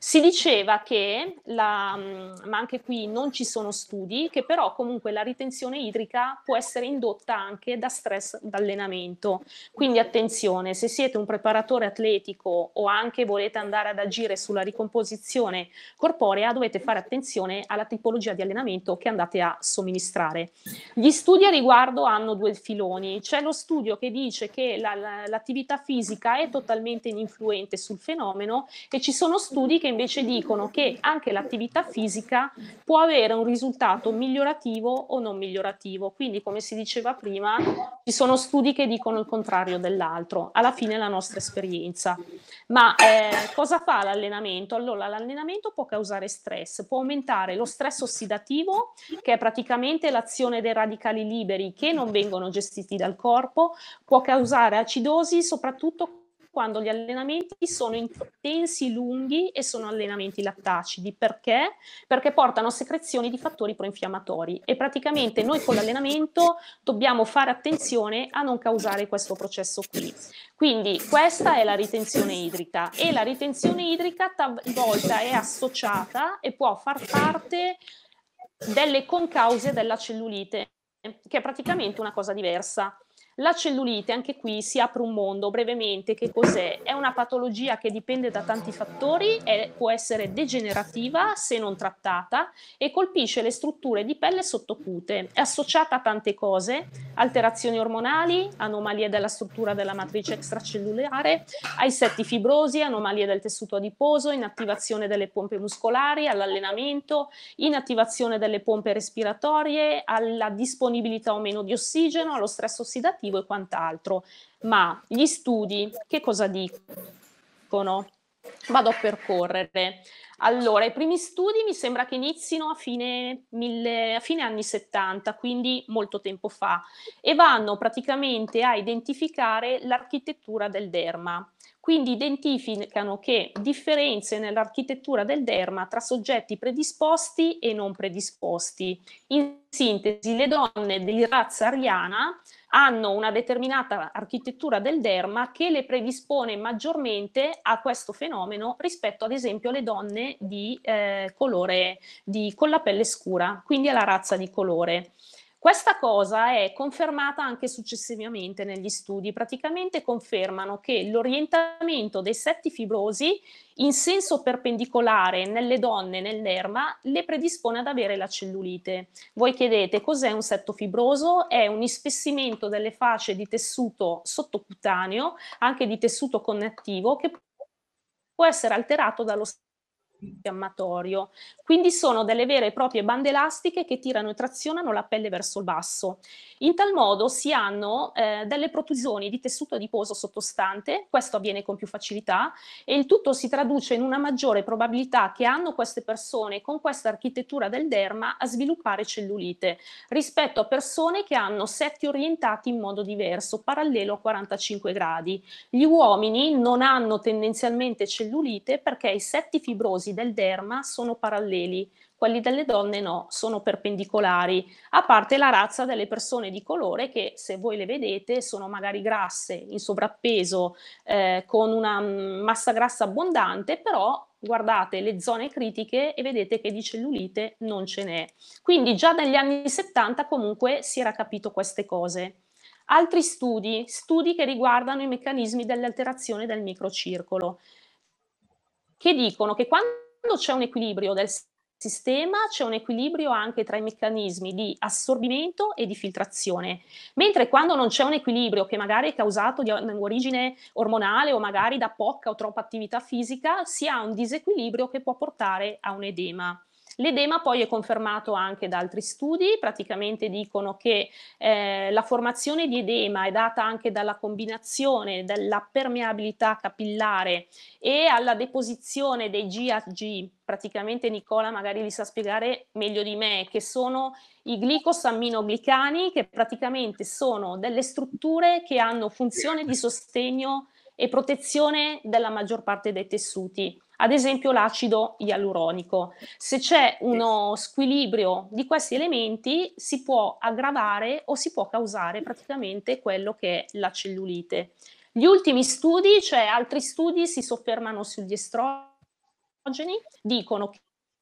Si diceva che, la, ma anche qui non ci sono studi, che però comunque la ritenzione idrica può essere indotta anche da stress d'allenamento. Quindi attenzione, se siete un preparatore atletico o anche volete andare ad agire sulla ricomposizione corporea, dovete fare attenzione alla tipologia di allenamento che andate a somministrare. Gli studi a riguardo hanno due filoni. C'è lo studio che dice che la, la, l'attività fisica è totalmente ininfluente sul fenomeno e ci sono studi che invece dicono che anche l'attività fisica può avere un risultato migliorativo o non migliorativo. Quindi, come si diceva prima, ci sono studi che dicono il contrario dell'altro. Alla fine è la nostra esperienza. Ma eh, cosa fa l'allenamento? Allora, l'allenamento può causare stress, può aumentare lo stress ossidativo, che è praticamente l'azione dei radicali liberi che non vengono gestiti dal corpo, può causare acidosi, soprattutto quando gli allenamenti sono intensi, lunghi e sono allenamenti lattacidi. Perché? Perché portano a secrezioni di fattori proinfiammatori e praticamente noi con l'allenamento dobbiamo fare attenzione a non causare questo processo qui. Quindi questa è la ritenzione idrica e la ritenzione idrica talvolta è associata e può far parte delle concause della cellulite, che è praticamente una cosa diversa. La cellulite, anche qui si apre un mondo. Brevemente, che cos'è? È una patologia che dipende da tanti fattori, è, può essere degenerativa se non trattata e colpisce le strutture di pelle sottocute. È associata a tante cose, alterazioni ormonali, anomalie della struttura della matrice extracellulare, assetti fibrosi, anomalie del tessuto adiposo, inattivazione delle pompe muscolari, all'allenamento, inattivazione delle pompe respiratorie, alla disponibilità o meno di ossigeno, allo stress ossidativo e quant'altro. Ma gli studi che cosa dicono? Vado a percorrere. Allora, i primi studi mi sembra che inizino a fine, mille, a fine anni settanta, quindi molto tempo fa, e vanno praticamente a identificare l'architettura del derma. Quindi identificano che differenze nell'architettura del derma tra soggetti predisposti e non predisposti. In sintesi, le donne di razza ariana hanno una determinata architettura del derma che le predispone maggiormente a questo fenomeno rispetto ad esempio alle donne di eh, colore di, con la pelle scura, quindi alla razza di colore. Questa cosa è confermata anche successivamente negli studi, praticamente confermano che l'orientamento dei setti fibrosi in senso perpendicolare nelle donne nell'erma le predispone ad avere la cellulite. Voi chiedete cos'è un setto fibroso? È un ispessimento delle fasce di tessuto sottocutaneo, anche di tessuto connettivo, che può essere alterato dallo infiammatorio. Quindi sono delle vere e proprie bande elastiche che tirano e trazionano la pelle verso il basso. In tal modo si hanno eh, delle protrusioni di tessuto adiposo sottostante, questo avviene con più facilità e il tutto si traduce in una maggiore probabilità che hanno queste persone con questa architettura del derma a sviluppare cellulite rispetto a persone che hanno setti orientati in modo diverso, parallelo a quarantacinque gradi. Gli uomini non hanno tendenzialmente cellulite perché i setti fibrosi del derma sono paralleli, quelli delle donne no, sono perpendicolari, a parte la razza delle persone di colore che se voi le vedete sono magari grasse, in sovrappeso, eh, con una massa grassa abbondante, però guardate le zone critiche e vedete che di cellulite non ce n'è. Quindi già negli anni settanta comunque si era capito queste cose. Altri studi, studi che riguardano i meccanismi dell'alterazione del microcircolo, che dicono che quando c'è un equilibrio del sistema c'è un equilibrio anche tra i meccanismi di assorbimento e di filtrazione, mentre quando non c'è un equilibrio che magari è causato di origine ormonale o magari da poca o troppa attività fisica, si ha un disequilibrio che può portare a un edema. L'edema poi è confermato anche da altri studi, praticamente dicono che eh, la formazione di edema è data anche dalla combinazione della permeabilità capillare e alla deposizione dei G A G, praticamente Nicola magari li sa spiegare meglio di me, che sono i glicosaminoglicani, che praticamente sono delle strutture che hanno funzione di sostegno e protezione della maggior parte dei tessuti. Ad esempio l'acido ialuronico. Se c'è uno squilibrio di questi elementi si può aggravare o si può causare praticamente quello che è la cellulite. Gli ultimi studi, cioè altri studi, si soffermano sugli estrogeni dicono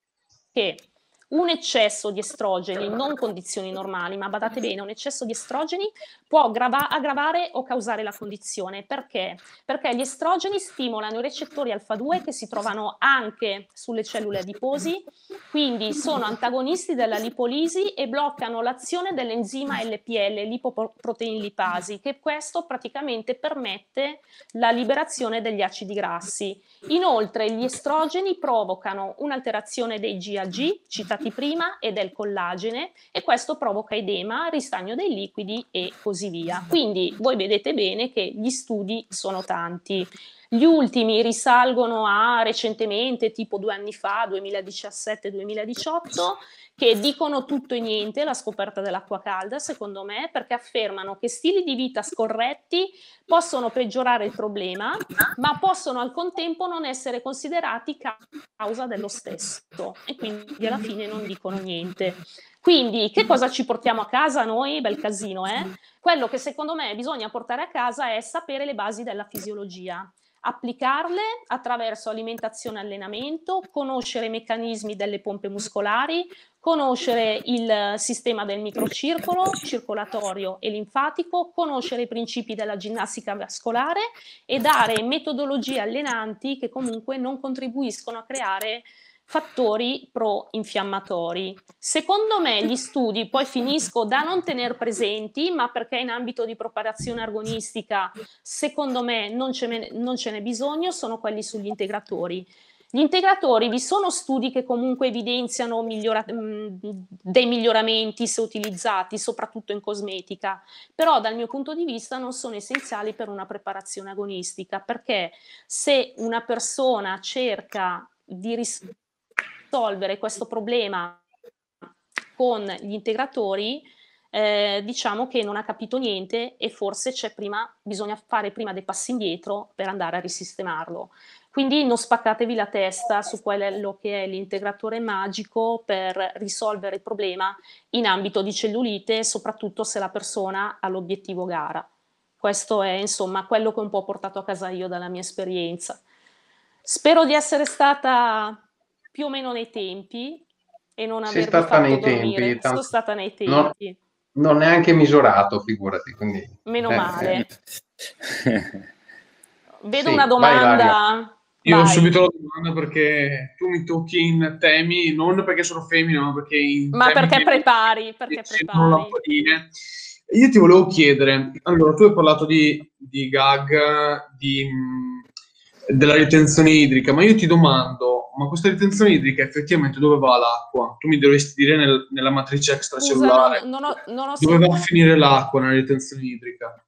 che un eccesso di estrogeni, non condizioni normali, ma badate bene, un eccesso di estrogeni può aggrava- aggravare o causare la condizione. Perché? Perché gli estrogeni stimolano i recettori alfa due che si trovano anche sulle cellule adiposi, quindi sono antagonisti della lipolisi e bloccano l'azione dell'enzima L P L, lipoprotein lipasi, che questo praticamente permette la liberazione degli acidi grassi. Inoltre gli estrogeni provocano un'alterazione dei G A G, citati prima, e del collagene, e questo provoca edema, ristagno dei liquidi e così via. Quindi voi vedete bene che gli studi sono tanti. Gli ultimi risalgono a recentemente, tipo due anni fa, duemiladiciassette duemiladiciotto, che dicono tutto e niente, la scoperta dell'acqua calda, secondo me, perché affermano che stili di vita scorretti possono peggiorare il problema, ma possono al contempo non essere considerati causa dello stesso, e quindi alla fine non dicono niente. Quindi che cosa ci portiamo a casa noi? Bel casino, eh? Quello che secondo me bisogna portare a casa è sapere le basi della fisiologia, applicarle attraverso alimentazione e allenamento, conoscere i meccanismi delle pompe muscolari, conoscere il sistema del microcircolo, circolatorio e linfatico, conoscere i principi della ginnastica vascolare e dare metodologie allenanti che comunque non contribuiscono a creare fattori pro-infiammatori. Secondo me gli studi, poi finisco, da non tenere presenti, ma perché in ambito di preparazione agonistica secondo me non ce n'è, non ce n'è bisogno, sono quelli sugli integratori. Gli integratori, vi sono studi che comunque evidenziano migliora- mh, dei miglioramenti se utilizzati, soprattutto in cosmetica, però dal mio punto di vista non sono essenziali per una preparazione agonistica, perché se una persona cerca di risolvere questo problema con gli integratori, eh, diciamo che non ha capito niente e forse c'è prima, bisogna fare prima dei passi indietro per andare a risistemarlo. Quindi non spaccatevi la testa su quello che è l'integratore magico per risolvere il problema in ambito di cellulite, soprattutto se la persona ha l'obiettivo gara. Questo è insomma quello che un po' ho portato a casa io dalla mia esperienza. Spero di essere stata più o meno nei tempi e non Sei avervi stata nei fatto dormire. tempi, Sono tanto stata nei non, tempi. non neanche misurato, figurati. Quindi, Meno eh, male. eh. Vedo Sì, una vai, Ilaria. domanda. Io ho Vai. subito la domanda perché tu mi tocchi in temi, non perché sono femmina, ma perché in Ma temi perché che prepari, perché accendono prepari. lampadine. Io ti volevo chiedere, allora tu hai parlato di, di gag, di, mh, della ritenzione idrica, ma io ti domando, ma questa ritenzione idrica effettivamente dove va l'acqua? Tu mi dovresti dire nel- nella matrice Scusa, extracellulare. non, non ho, non ho Dove va a sentito. finire l'acqua nella ritenzione idrica?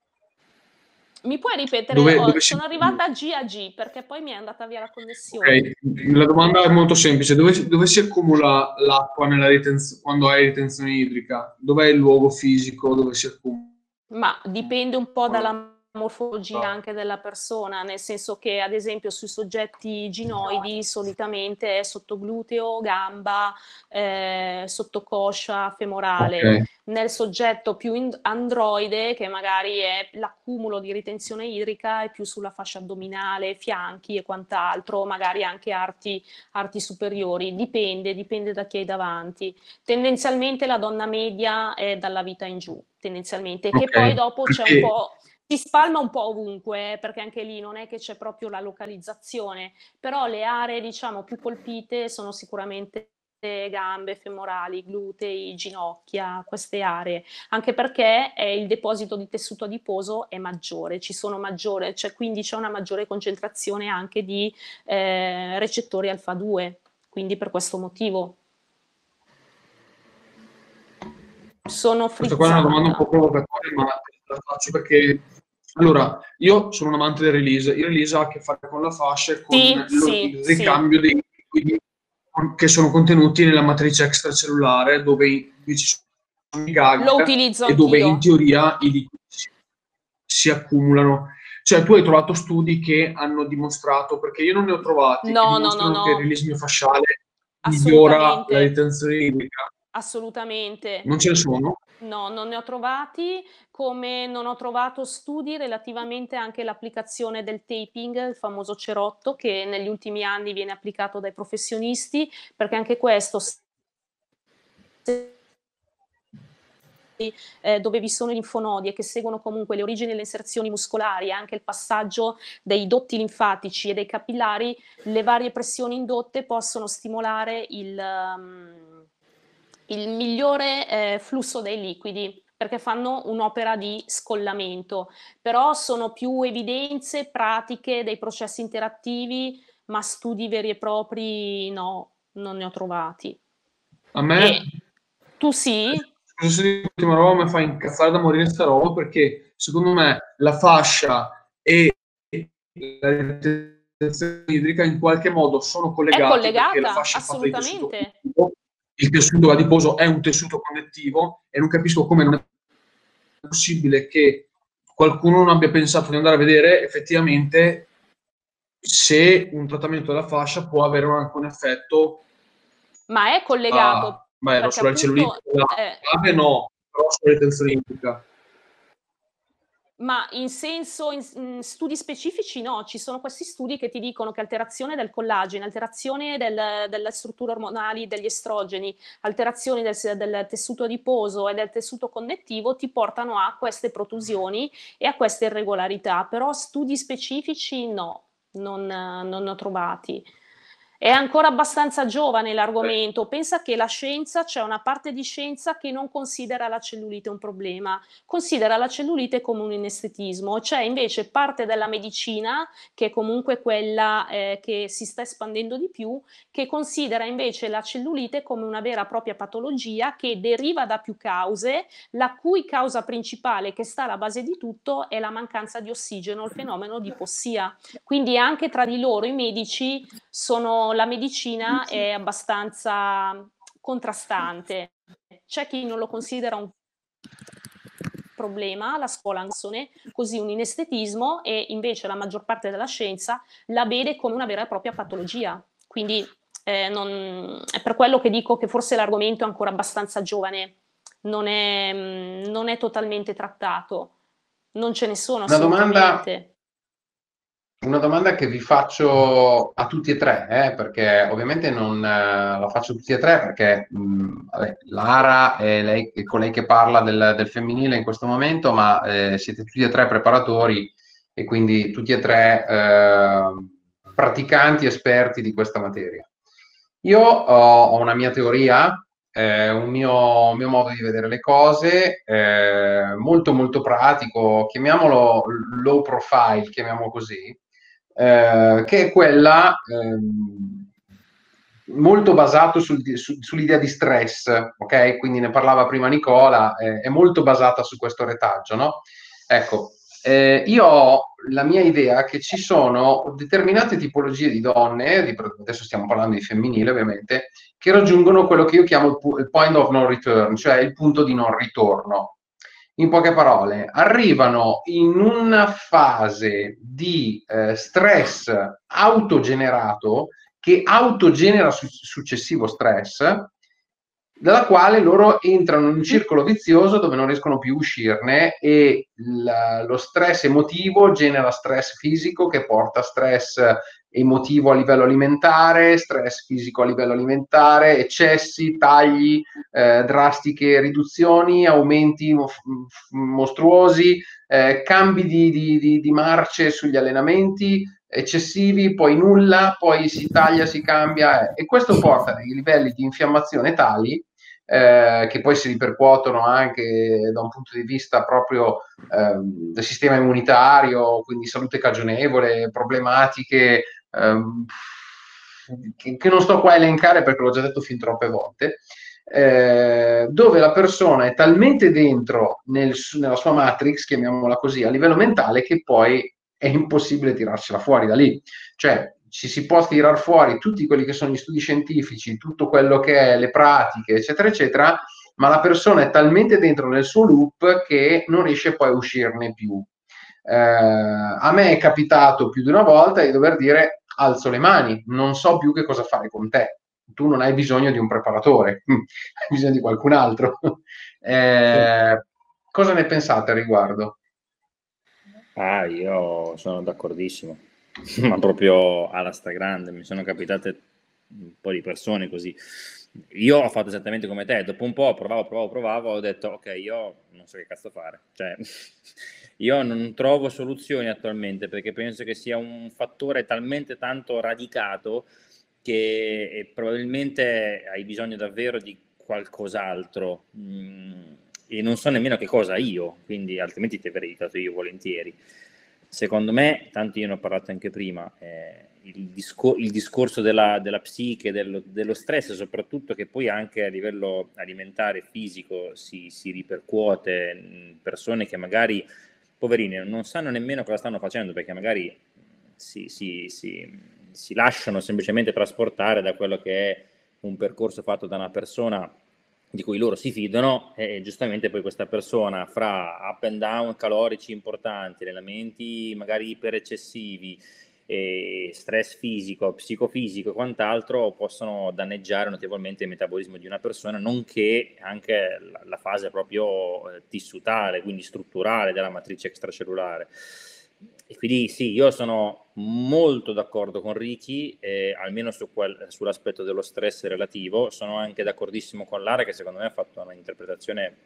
Mi puoi ripetere? Dove, Oh, dove si... sono arrivata a G a G perché poi mi è andata via la connessione. Ok, la domanda è molto semplice. Dove, si- dove si accumula l'acqua nella ritenz- quando hai ritenzione idrica? Dov'è il luogo fisico dove si accumula? Ma dipende un po' dalla morfologia anche della persona, nel senso che ad esempio sui soggetti ginoidi solitamente è sottogluteo, gamba, eh, sottocoscia, femorale. Ok. Nel soggetto più in- androide, che magari è l'accumulo di ritenzione idrica, è più sulla fascia addominale, fianchi e quant'altro, magari anche arti, arti superiori. Dipende, dipende da chi hai davanti. Tendenzialmente la donna media è dalla vita in giù, tendenzialmente, che Ok, poi dopo c'è un perché- po', si spalma un po' ovunque, eh, perché anche lì non è che c'è proprio la localizzazione, però le aree diciamo più colpite sono sicuramente gambe, femorali, glutei, ginocchia, queste aree, anche perché eh, il deposito di tessuto adiposo è maggiore, ci sono maggiore, cioè quindi c'è una maggiore concentrazione anche di eh, recettori alfa due, quindi per questo motivo. Sono Questa qua è una domanda un frizzata. po' provocatoria, ma la faccio perché... Allora, io sono un amante del release. Il release ha a che fare con la fascia e con Sì, lo- sì, il sì. ricambio dei liquidi che sono contenuti nella matrice extracellulare, dove i- ci sono i gag Lo utilizzo e dove in anch'io. teoria i liquidi si, si accumulano. Cioè, tu hai trovato studi che hanno dimostrato, perché io non ne ho trovati, che No, no, no, dimostrano che il no, release miofasciale migliora la assolutamente. ritenzione idrica. Assolutamente. Non ce ne sono? No, non ne ho trovati, come non ho trovato studi relativamente anche all'applicazione del taping, il famoso cerotto, che negli ultimi anni viene applicato dai professionisti, perché anche questo s eh, dove vi sono linfonodi e che seguono comunque le origini delle inserzioni muscolari e anche il passaggio dei dotti linfatici e dei capillari, le varie pressioni indotte possono stimolare il, um, il migliore eh, flusso dei liquidi, perché fanno un'opera di scollamento, però sono più evidenze pratiche dei processi interattivi, ma studi veri e propri no, non ne ho trovati. A me, E tu sì? scusa se dico l'ultima roba, mi fa incazzare da morire sta roba, perché secondo me la fascia e la retenzione idrica in qualche modo sono È collegati, perché la collegata, fascia è fatta di tessuto assolutamente. connettivo, il tessuto adiposo è un tessuto connettivo, e non capisco come non è possibile che qualcuno non abbia pensato di andare a vedere effettivamente se un trattamento della fascia può avere anche un effetto Ma è collegato, a, beh, no, perché sulla cellulite, appunto eh, la no, però sulla retenzione idrica. ma in senso, in, in studi specifici no, ci sono questi studi che ti dicono che alterazione del collagene, alterazione del, delle strutture ormonali degli estrogeni, alterazioni del, del tessuto adiposo e del tessuto connettivo ti portano a queste protusioni e a queste irregolarità, però studi specifici no, non, non ne ho trovati. È ancora abbastanza giovane l'argomento, pensa che la scienza, c'è una parte di scienza che non considera la cellulite un problema, considera la cellulite come un inestetismo, c'è invece parte della medicina, che è comunque quella eh, che si sta espandendo di più, che considera invece la cellulite come una vera e propria patologia che deriva da più cause, la cui causa principale, che sta alla base di tutto, è la mancanza di ossigeno, il fenomeno di ipossia. Quindi anche tra di loro i medici sono, la medicina è abbastanza contrastante. C'è chi non lo considera un problema, la scuola anglosassone, così un inestetismo, e invece la maggior parte della scienza la vede come una vera e propria patologia. Quindi eh, non, è per quello che dico che forse l'argomento è ancora abbastanza giovane, non è, non è totalmente trattato, non ce ne sono Una domanda, assolutamente. una domanda che vi faccio a tutti e tre, eh, perché ovviamente non eh, la faccio a tutti e tre perché mh, vabbè, Lara è, lei, è colei che parla del, del femminile in questo momento, ma eh, siete tutti e tre preparatori e quindi tutti e tre eh, praticanti esperti di questa materia. Io ho, ho una mia teoria, eh, un mio, un mio modo di vedere le cose, eh, molto molto pratico, chiamiamolo low profile, chiamiamolo così, eh, che è quella ehm, molto basato sul, su, sull'idea di stress, ok? Quindi ne parlava prima Nicola, eh, è molto basata su questo retaggio, no? Ecco, eh, io ho la mia idea che ci sono determinate tipologie di donne, di, adesso stiamo parlando di femminile ovviamente, che raggiungono quello che io chiamo il, il point of no return, cioè il punto di non ritorno. In poche parole, arrivano in una fase di eh, stress autogenerato che autogenera su- successivo stress, dalla quale loro entrano in un circolo vizioso dove non riescono più a uscirne, e la, lo stress emotivo genera stress fisico che porta stress emotivo a livello alimentare, stress fisico a livello alimentare, eccessi, tagli, eh, drastiche riduzioni, aumenti mo- mostruosi, eh, cambi di, di, di, di marce sugli allenamenti eccessivi, poi nulla, poi si taglia, si cambia, eh, e questo porta a dei livelli di infiammazione tali eh, che poi si ripercuotono anche da un punto di vista proprio ehm, del sistema immunitario, quindi salute cagionevole, problematiche ehm, che, che non sto qua a elencare perché l'ho già detto fin troppe volte, eh, dove la persona è talmente dentro nel, nella sua matrix, chiamiamola così, a livello mentale, che poi è impossibile tirarsela fuori da lì. Cioè, ci si può tirar fuori tutti quelli che sono gli studi scientifici, tutto quello che è le pratiche, eccetera, eccetera, ma la persona è talmente dentro nel suo loop che non riesce poi a uscirne più. Eh, a me è capitato più di una volta di dover dire alzo le mani, non so più che cosa fare con te. tu non hai bisogno di un preparatore, hai bisogno di qualcun altro. Eh, cosa ne pensate a riguardo? Ah, io sono d'accordissimo, ma proprio alla stragrande, mi sono capitate un po' di persone così. Io ho fatto esattamente come te, dopo un po' provavo, provavo, provavo, ho detto ok, io non so che cazzo fare, cioè io non trovo soluzioni attualmente perché penso che sia un fattore talmente tanto radicato che eh, probabilmente hai bisogno davvero di qualcos'altro. Mm, e non so nemmeno che cosa io, quindi altrimenti ti avrei aiutato io volentieri. Secondo me, tanto io ne ho parlato anche prima, eh, il, discor- il discorso della, della psiche, dello, dello stress soprattutto, che poi anche a livello alimentare e fisico si, si ripercuote in persone che magari, poverini, non sanno nemmeno cosa stanno facendo, perché magari si, si, si, si lasciano semplicemente trasportare da quello che è un percorso fatto da una persona di cui loro si fidano, e giustamente poi questa persona fra up and down calorici importanti, allenamenti magari ipereccessivi, e stress fisico, psicofisico e quant'altro possono danneggiare notevolmente il metabolismo di una persona, nonché anche la, la fase proprio eh, tissutale, quindi strutturale della matrice extracellulare. E quindi sì, io sono molto d'accordo con Ricky, eh, almeno su quel, sull'aspetto dello stress relativo. Sono anche d'accordissimo con Lara, che secondo me ha fatto un'interpretazione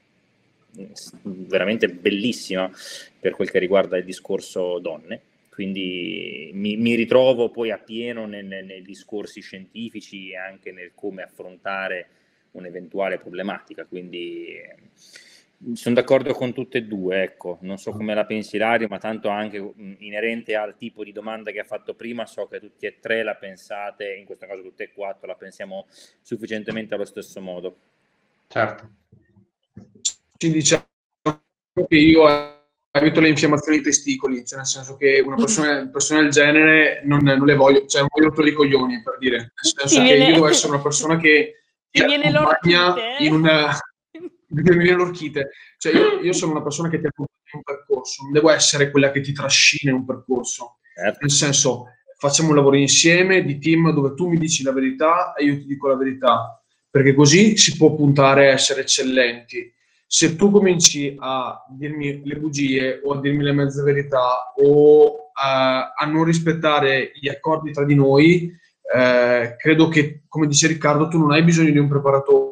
veramente bellissima per quel che riguarda il discorso donne. Quindi mi, mi ritrovo poi appieno nei, nei discorsi scientifici e anche nel come affrontare un'eventuale problematica. Quindi sono d'accordo con tutte e due, ecco. Non so come la pensi Ilario, ma tanto anche mh, inerente al tipo di domanda che ha fatto prima, so che tutti e tre la pensate, in questo caso tutte e quattro la pensiamo sufficientemente allo stesso modo. Certo. Ci diciamo che io evito le infiammazioni ai testicoli, cioè nel senso che una persona, persona del genere non, non le voglio, cioè non voglio rotto i coglioni, per dire, nel senso Ti che viene- io devo essere una persona che ti Ti viene accompagna l'orchite, eh? in una... mi viene l'orchite, cioè io, io sono una persona che ti accompagna in un percorso, non devo essere quella che ti trascina in un percorso, Certo. nel senso facciamo un lavoro insieme di team dove tu mi dici la verità e io ti dico la verità, perché così si può puntare a essere eccellenti. Se tu cominci a dirmi le bugie o a dirmi le mezze verità o a, a non rispettare gli accordi tra di noi, eh, credo che, come dice Riccardo, tu non hai bisogno di un preparatore,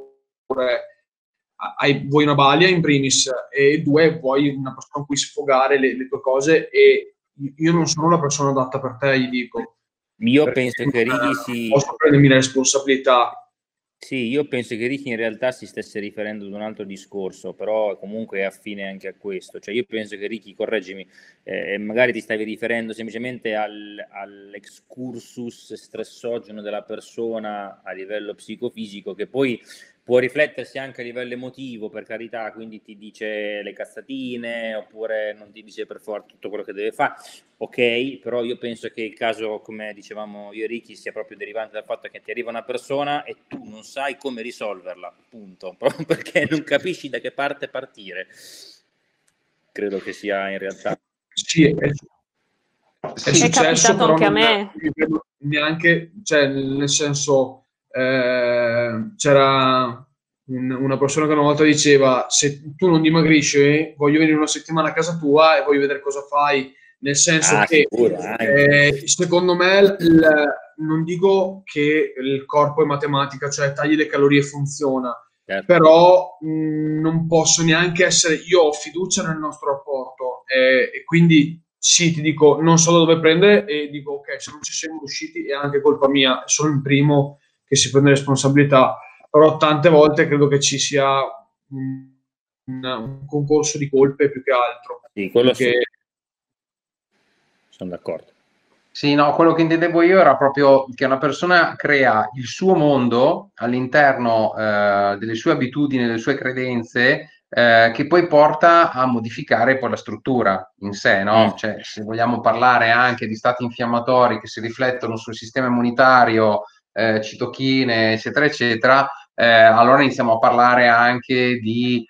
hai, vuoi una balia in primis e due, vuoi una persona con cui sfogare le, le tue cose e io non sono la persona adatta per te, gli dico. Io Perché penso non, che Ricky non si... posso prendermi le responsabilità. Sì, io penso che Ricky in realtà si stesse riferendo ad un altro discorso, però comunque è affine anche a questo. Cioè io penso che Ricky, correggimi, eh, magari ti stavi riferendo semplicemente al, all'excursus stressogeno della persona a livello psicofisico, che poi può riflettersi anche a livello emotivo, per carità, quindi ti dice le cazzatine, oppure non ti dice per forza tutto quello che deve fare. Ok, però io penso che il caso, come dicevamo io e Ricky, sia proprio derivante dal fatto che ti arriva una persona e tu non sai come risolverla, punto, proprio perché non capisci da che parte partire. Credo che sia in realtà... Sì, è, è Sì. successo, capitato però anche a non me. neanche, cioè, nel senso, eh, c'era un- una persona che una volta diceva: se tu non dimagrisci, voglio venire una settimana a casa tua e voglio vedere cosa fai. Nel senso Ah, che, sicuro, anche. eh, secondo me, il- non dico che il corpo è matematica, cioè tagli le calorie e funziona, Certo. però mh, non posso neanche essere, io ho fiducia nel nostro rapporto eh, e quindi sì, ti dico, non so da dove prendere e dico ok, se non ci siamo riusciti è anche colpa mia, sono il primo che si prende responsabilità, però tante volte credo che ci sia un, un, un concorso di colpe più che altro. Sì, quello Perché... sì, sono d'accordo. Sì, no, quello che intendevo io era proprio che una persona crea il suo mondo all'interno eh, delle sue abitudini, delle sue credenze, eh, che poi porta a modificare poi la struttura in sé, no? Mm. Cioè, se vogliamo parlare anche di stati infiammatori che si riflettono sul sistema immunitario, eh, citochine, eccetera, eccetera, eh, allora iniziamo a parlare anche di...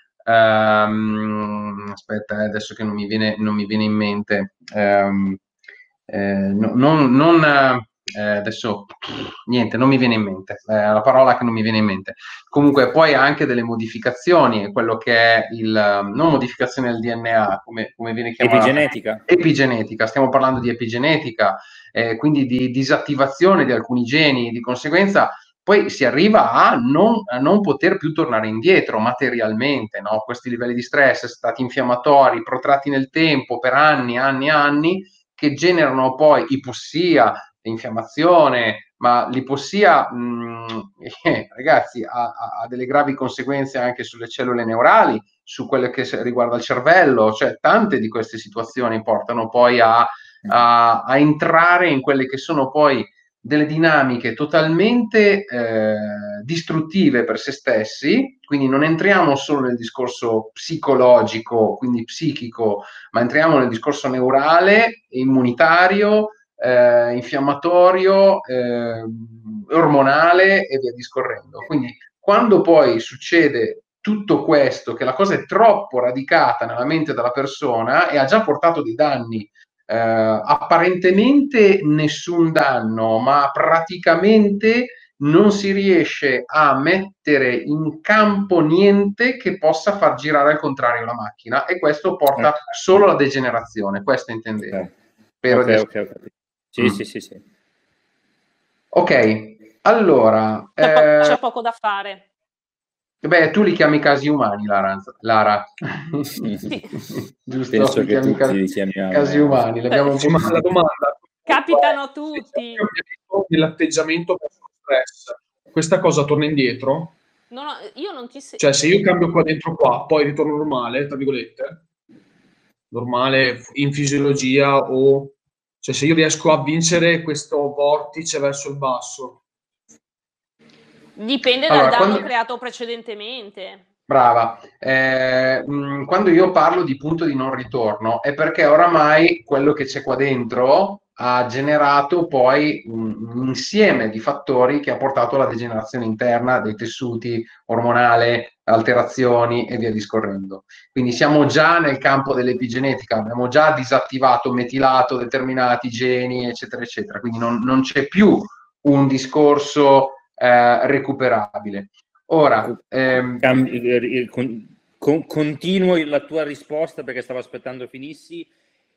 ehm, aspetta, eh, adesso che non mi viene, non mi viene in mente... ehm, eh, no, non, non eh, adesso niente, non mi viene in mente, eh, la parola che non mi viene in mente. Comunque poi ha anche delle modificazioni, quello che è il, non modificazione del D N A, come, come viene chiamata? Epigenetica. Epigenetica, stiamo parlando di epigenetica, eh, quindi di disattivazione di alcuni geni, di conseguenza poi si arriva a non, a non poter più tornare indietro materialmente, no? Questi livelli di stress, stati infiammatori, protratti nel tempo per anni, anni, anni, che generano poi ipossia, infiammazione, ma l'ipossia, mh, eh, ragazzi, ha, ha delle gravi conseguenze anche sulle cellule neurali, su quello che riguarda il cervello, cioè tante di queste situazioni portano poi a, a, a entrare in quelle che sono poi delle dinamiche totalmente eh, distruttive per se stessi, quindi non entriamo solo nel discorso psicologico, quindi psichico, ma entriamo nel discorso neurale, immunitario, eh, infiammatorio, eh, ormonale e via discorrendo. Quindi quando poi succede tutto questo, che la cosa è troppo radicata nella mente della persona e ha già portato dei danni, eh, apparentemente nessun danno, ma praticamente non si riesce a mettere in campo niente che possa far girare al contrario la macchina, e questo porta solo alla degenerazione, questo intendevo. Ok, Spero ok, di ok, ok. Sì, Mm. sì, sì, sì. Ok, allora, C'è, po- eh, c'è poco da fare. beh, tu li chiami casi umani, Lara. Lara. Sì. Giusto? Penso Li che chiami tutti casi, li chiamiamo. casi umani, li abbiamo un Sì, po' ma la domanda Capitano è, tutti. se c'è un cambiamento nell'atteggiamento verso lo stress, questa cosa torna indietro? No, no, io non ti se- Cioè, se io cambio qua dentro qua, poi ritorno normale, tra virgolette, normale in fisiologia, o cioè se io riesco a vincere questo vortice verso il basso. Dipende Allora, dal danno quando- creato precedentemente. Brava. Eh, mh, quando io parlo di punto di non ritorno è perché oramai quello che c'è qua dentro ha generato poi un, un insieme di fattori che ha portato alla degenerazione interna dei tessuti, ormonale, alterazioni e via discorrendo. Quindi siamo già nel campo dell'epigenetica, abbiamo già disattivato, metilato determinati geni, eccetera, eccetera. Quindi non, non c'è più un discorso eh, recuperabile. Ora, ehm, Cambi- eh, con- con- continuo la tua risposta perché stavo aspettando finissi.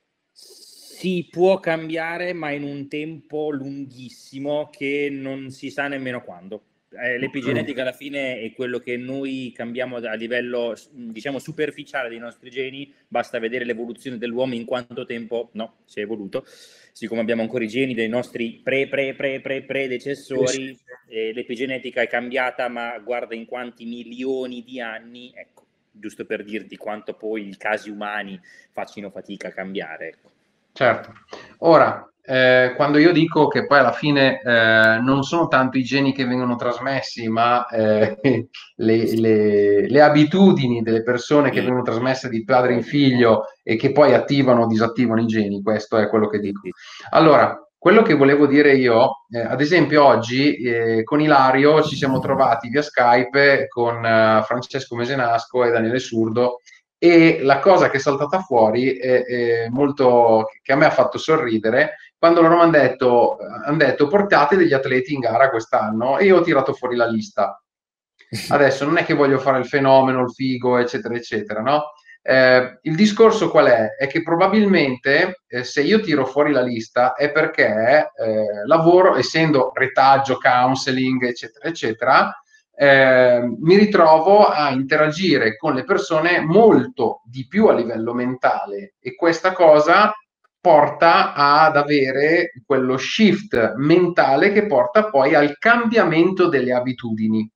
Si può cambiare, ma in un tempo lunghissimo che non si sa nemmeno quando. Eh, l'epigenetica alla fine è quello che noi cambiamo a livello, diciamo, superficiale dei nostri geni. Basta vedere l'evoluzione dell'uomo, in quanto tempo no, si è evoluto. Siccome abbiamo ancora i geni dei nostri pre pre pre pre predecessori, eh, l'epigenetica è cambiata, ma guarda in quanti milioni di anni, ecco, giusto per dirti quanto poi i casi umani facciano fatica a cambiare, ecco. Certo. Ora, eh, quando io dico che poi alla fine eh, non sono tanto i geni che vengono trasmessi, ma eh, le, le- le abitudini delle persone che Sì. vengono trasmesse di padre in figlio e che poi attivano o disattivano i geni, questo è quello che dico. Allora, quello che volevo dire io, eh, ad esempio oggi eh, con Ilario ci siamo trovati via Skype con eh, Francesco Mesenasco e Daniele Surdo, e la cosa che è saltata fuori è, è molto, che a me ha fatto sorridere, quando loro mi hanno detto, han detto portate degli atleti in gara quest'anno, e io ho tirato fuori la lista. Adesso non è che voglio fare il fenomeno, il figo, eccetera, eccetera, no? Eh, il discorso qual è? È che probabilmente eh, se io tiro fuori la lista è perché eh, lavoro, essendo retaggio, counseling, eccetera, eccetera, eh, mi ritrovo a interagire con le persone molto di più a livello mentale, e questa cosa porta ad avere quello shift mentale che porta poi al cambiamento delle abitudini,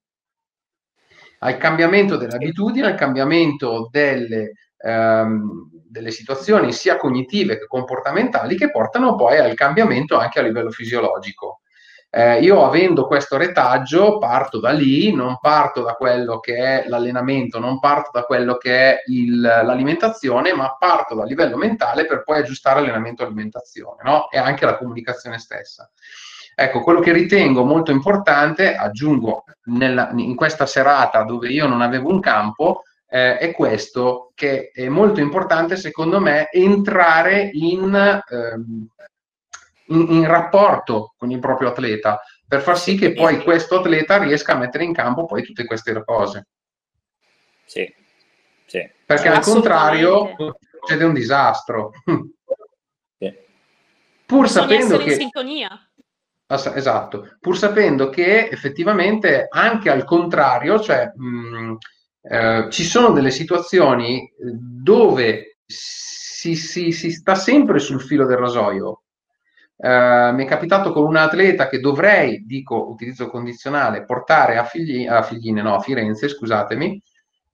al cambiamento delle abitudini, al cambiamento delle, ehm, delle situazioni sia cognitive che comportamentali, che portano poi al cambiamento anche a livello fisiologico. Eh, io, avendo questo retaggio, parto da lì, non parto da quello che è l'allenamento, non parto da quello che è il, l'alimentazione, ma parto dal livello mentale per poi aggiustare allenamento e alimentazione, no? E anche la comunicazione stessa. Ecco, quello che ritengo molto importante, aggiungo nella, in questa serata dove io non avevo un campo, eh, è questo, che è molto importante secondo me, entrare in... Ehm, in, in rapporto con il proprio atleta, per far sì che poi questo atleta riesca a mettere in campo poi tutte queste cose. Sì, sì. Perché al contrario succede un disastro. Sì. Pur Bisogna sapendo essere in che... sintonia. Esatto, pur sapendo che effettivamente anche al contrario, cioè mh, eh, ci sono delle situazioni dove si, si, si sta sempre sul filo del rasoio. Eh, mi è capitato con un atleta che dovrei, dico utilizzo condizionale, portare a, figli, a Figline, no, a Firenze, scusatemi,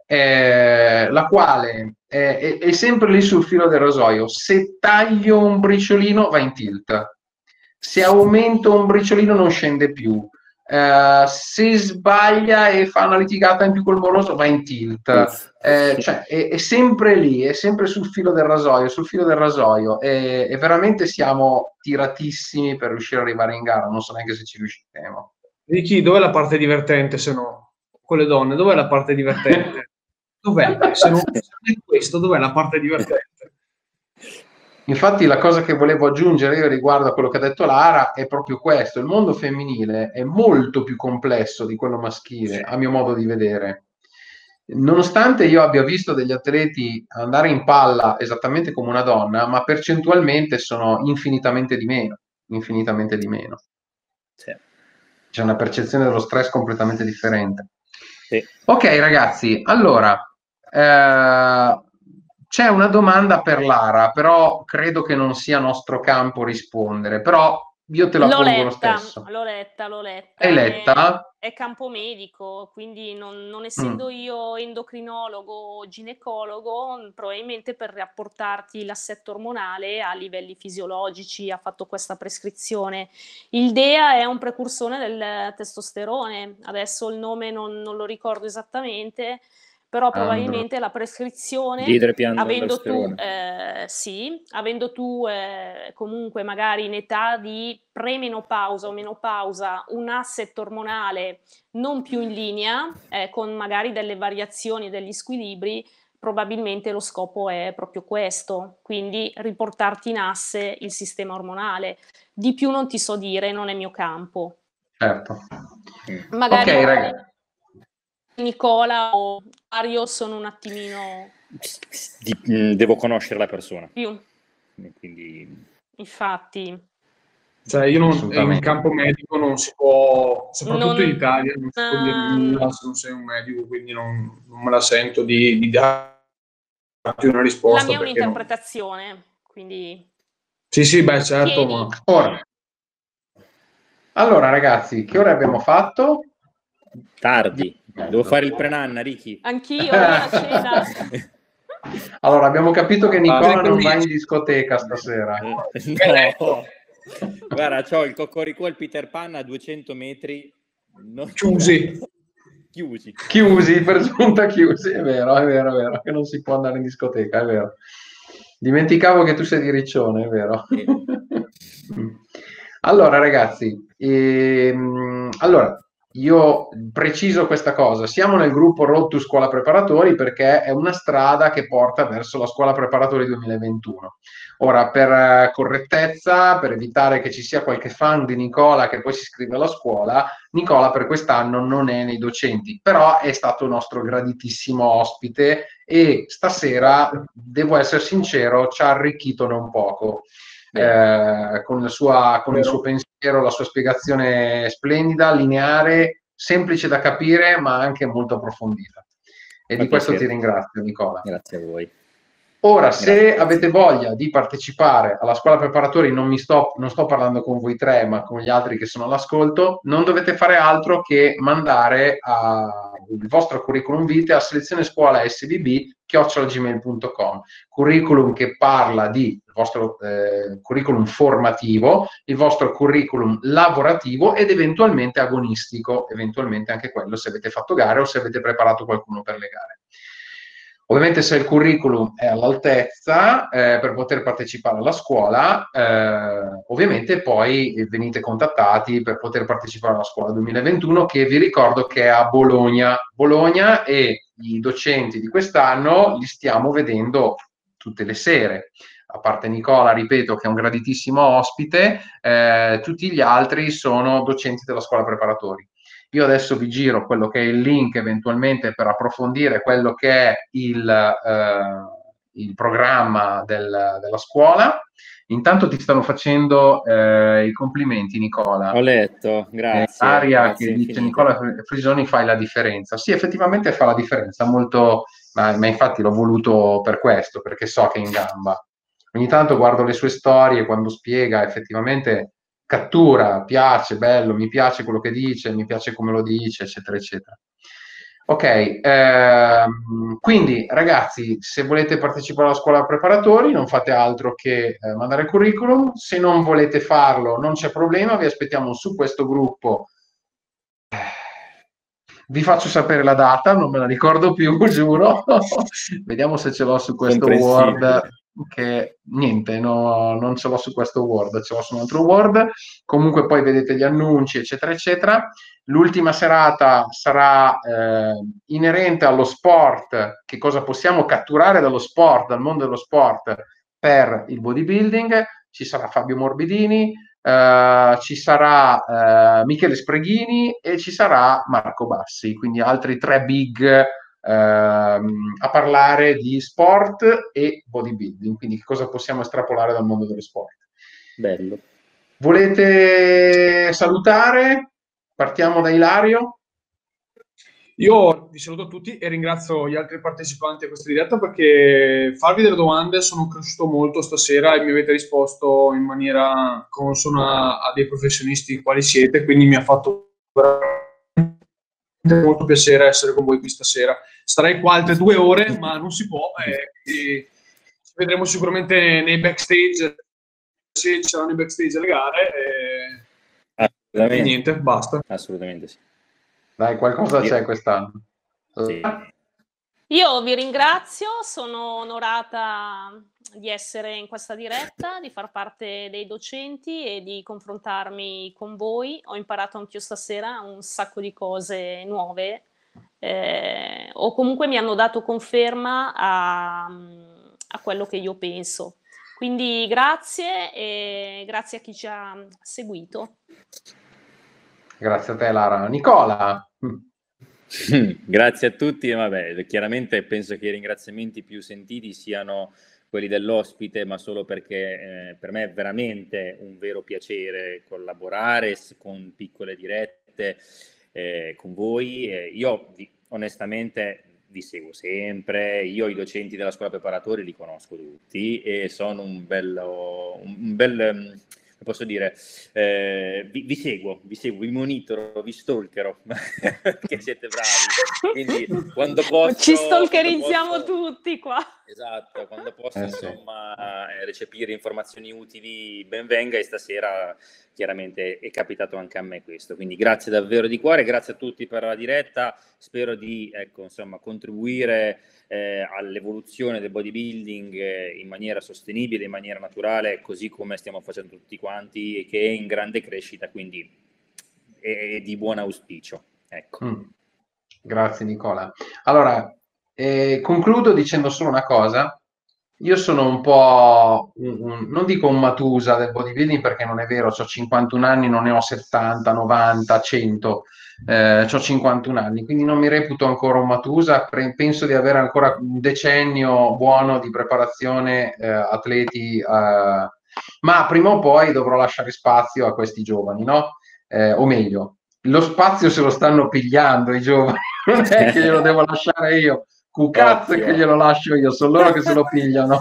eh, la quale è, è, è sempre lì sul filo del rasoio. Se taglio un briciolino va in tilt. Se aumento un briciolino non scende più, uh, se sbaglia e fa una litigata in più col moroso va in tilt, uh, cioè è, è sempre lì, è sempre sul filo del rasoio, sul filo del rasoio e, e veramente siamo tiratissimi per riuscire ad arrivare in gara, non so neanche se ci riusciremo. Ricky, dov'è la parte divertente se no? Con le donne, dov'è la parte divertente? Dov'è? Se non è questo, dov'è la parte divertente? Infatti la cosa che volevo aggiungere io riguardo a quello che ha detto Lara è proprio questo: il mondo femminile è molto più complesso di quello maschile, a mio modo di vedere. Nonostante io abbia visto degli atleti andare in palla esattamente come una donna, ma percentualmente sono infinitamente di meno, infinitamente di meno. Sì. C'è una percezione dello stress completamente differente. Sì. Ok ragazzi, allora... Eh, c'è una domanda per Lara, però credo che non sia nostro campo rispondere, però io te la L'ho pongo lo letta, stesso. l'ho letta, l'ho letta. Hai letta? È, è campo medico, quindi non, non essendo Mm. io endocrinologo o ginecologo, probabilmente per rapportarti l'assetto ormonale a livelli fisiologici ha fatto questa prescrizione. Il D E A è un precursore del testosterone, adesso il nome non, non lo ricordo esattamente, però probabilmente Andro. la prescrizione, avendo tu, eh, sì, avendo tu eh, comunque magari in età di premenopausa o menopausa un asset ormonale non più in linea, eh, con magari delle variazioni, degli squilibri, probabilmente lo scopo è proprio questo, quindi riportarti in asse il sistema ormonale. Di più non ti so dire, non è mio campo. Certo. Magari ok, ragazzi. Nicola o Mario sono un attimino... Devo conoscere la persona. Più. Quindi... Infatti. Cioè io non, in campo medico non si può, soprattutto non, in Italia, non si può dire nulla se non sei un medico, quindi non, non me la sento di, di darti una risposta. La mia è perché un'interpretazione, non... quindi... Sì, sì, beh, certo, Chiedi. ma... Ora. Allora, ragazzi, che ora abbiamo fatto? Tardi. Devo fare il pre-nanna, Ricky. Anch'io, io a cena. Allora, abbiamo capito che Nicola non va in discoteca stasera. No. Guarda, c'ho il Cocorico e il Peter Pan a duecento metri. Non... Chiusi. Chiusi. Chiusi, per giunta chiusi, è vero, è vero, è vero, che non si può andare in discoteca, è vero. Dimenticavo che tu sei di Riccione, è vero. Sì. Allora, ragazzi, ehm, allora, io preciso questa cosa, siamo nel gruppo Road to Scuola Preparatori perché è una strada che porta verso la Scuola Preparatori duemilaventuno. Ora, per correttezza, per evitare che ci sia qualche fan di Nicola che poi si iscrive alla scuola, Nicola per quest'anno non è nei docenti, però è stato nostro graditissimo ospite e stasera, devo essere sincero, ci ha arricchito non poco. Eh, con, la sua, con il suo pensiero, la sua spiegazione splendida, lineare, semplice da capire, ma anche molto approfondita. E Fa di questo piacere. ti ringrazio, Nicola. Grazie a voi. Ora, se Grazie. avete voglia di partecipare alla scuola preparatori, non, mi sto, non sto parlando con voi tre, ma con gli altri che sono all'ascolto, non dovete fare altro che mandare a, il vostro curriculum vitae a selezione scuola S B B chiocciola gmail punto com, curriculum che parla di il vostro eh, curriculum formativo, il vostro curriculum lavorativo ed eventualmente agonistico, eventualmente anche quello se avete fatto gare o se avete preparato qualcuno per le gare. Ovviamente se il curriculum è all'altezza eh, per poter partecipare alla scuola, eh, ovviamente poi venite contattati per poter partecipare alla scuola duemilaventuno, che vi ricordo che è a Bologna. Bologna, e i docenti di quest'anno li stiamo vedendo tutte le sere. a parte Nicola, ripeto, che è un graditissimo ospite, eh, tutti gli altri sono docenti della scuola preparatori. Io adesso vi giro quello che è il link eventualmente per approfondire quello che è il, eh, il programma del, della scuola. Intanto ti stanno facendo eh, i complimenti, Nicola. Ho letto, grazie. Eh, Aria grazie che dice infinite. Nicola Frisoni fai la differenza. Sì, effettivamente fa la differenza, molto, ma, ma infatti l'ho voluto per questo, perché so che è in gamba. Ogni tanto guardo le sue storie quando spiega, effettivamente cattura, piace, bello, mi piace quello che dice, mi piace come lo dice, eccetera, eccetera. Ok, ehm, quindi ragazzi, se volete partecipare alla scuola preparatori, non fate altro che eh, mandare il curriculum. Se non volete farlo, non c'è problema, vi aspettiamo su questo gruppo. Vi faccio sapere la data, non me la ricordo più, giuro. Vediamo se ce l'ho su questo Word. Che niente, no, non ce l'ho su questo Word, ce l'ho su un altro Word. Comunque poi vedete gli annunci, eccetera, eccetera. L'ultima serata sarà eh, inerente allo sport, che cosa possiamo catturare dallo sport, dal mondo dello sport per il bodybuilding. Ci sarà Fabio Morbidini, eh, ci sarà eh, Michele Spreghini e ci sarà Marco Bassi, quindi altri tre big ehm, a parlare di sport e bodybuilding, quindi che cosa possiamo estrapolare dal mondo dello sport. Bello. Volete salutare? Partiamo da Ilario. Io vi saluto tutti e ringrazio gli altri partecipanti a questa diretta perché farvi delle domande sono cresciuto molto stasera e mi avete risposto in maniera consona a dei professionisti quali siete, quindi mi ha fatto veramente molto piacere essere con voi qui stasera. Starei qua altre due ore, ma non si può, e quindi ci vedremo sicuramente nei backstage, se ci saranno i backstage alle gare e, e niente, basta. Assolutamente sì. Dai, qualcosa Io- c'è quest'anno. Sì. Io vi ringrazio, sono onorata di essere in questa diretta, di far parte dei docenti e di confrontarmi con voi. Ho imparato anch'io stasera un sacco di cose nuove, eh, o comunque mi hanno dato conferma a, a quello che io penso. Quindi grazie e grazie a chi ci ha seguito. Grazie a te, Lara. Nicola. Grazie a tutti. Vabbè, chiaramente penso che i ringraziamenti più sentiti siano quelli dell'ospite, ma solo perché eh, per me è veramente un vero piacere collaborare con piccole dirette eh, con voi. Eh, io vi, onestamente vi seguo sempre, io i docenti della scuola preparatori li conosco tutti e sono un bello, un, un bel... posso dire, eh, vi, vi seguo, vi seguo, vi monitoro, vi stalkerò, perché siete bravi. Quindi quando posso... Ci stalkerizziamo quando posso, tutti qua. Esatto, quando posso Eh sì. insomma recepire informazioni utili, ben venga, e stasera chiaramente è capitato anche a me questo. Quindi grazie davvero di cuore, grazie a tutti per la diretta, spero di ecco, insomma, contribuire eh, all'evoluzione del bodybuilding eh, in maniera sostenibile, in maniera naturale, così come stiamo facendo tutti quanti, e che è in grande crescita, quindi è, è di buon auspicio. Ecco. Mm. Grazie Nicola. Allora, eh, concludo dicendo solo una cosa. Io sono un po', un, un, non dico un matusa del bodybuilding perché non è vero, ho cinquantuno anni, non ne ho settanta, novanta, cento, eh, ho cinquantuno anni, quindi non mi reputo ancora un matusa, penso di avere ancora un decennio buono di preparazione eh, atleti, eh, ma prima o poi dovrò lasciare spazio a questi giovani, no? Eh, o meglio, lo spazio se lo stanno pigliando i giovani, non è che glielo devo lasciare io. Cucazzo che glielo lascio io, sono loro che se lo pigliano.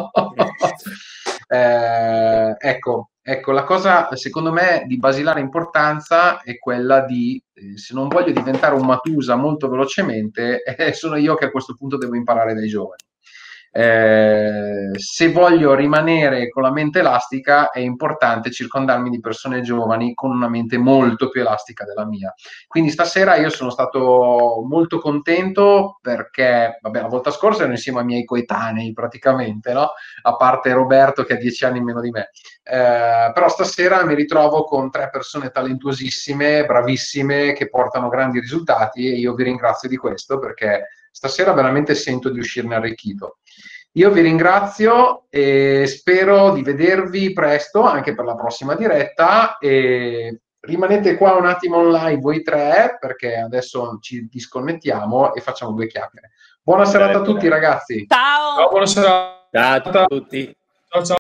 eh, ecco, ecco, la cosa secondo me di basilare importanza è quella di, eh, se non voglio diventare un matusa molto velocemente, eh, sono io che a questo punto devo imparare dai giovani. Eh, se voglio rimanere con la mente elastica è importante circondarmi di persone giovani con una mente molto più elastica della mia. Quindi stasera io sono stato molto contento perché, vabbè, la volta scorsa ero insieme ai miei coetanei praticamente, no? A parte Roberto che ha dieci anni meno di me. Eh, però stasera mi ritrovo con tre persone talentuosissime, bravissime, che portano grandi risultati e io vi ringrazio di questo perché stasera veramente sento di uscirne arricchito. Io vi ringrazio e spero di vedervi presto anche per la prossima diretta, e rimanete qua un attimo online voi tre, perché adesso ci disconnettiamo e facciamo due chiacchiere. Buona serata a tutti, ragazzi. Ciao. Ciao, buona serata. Ciao a tutti. Ciao, ciao.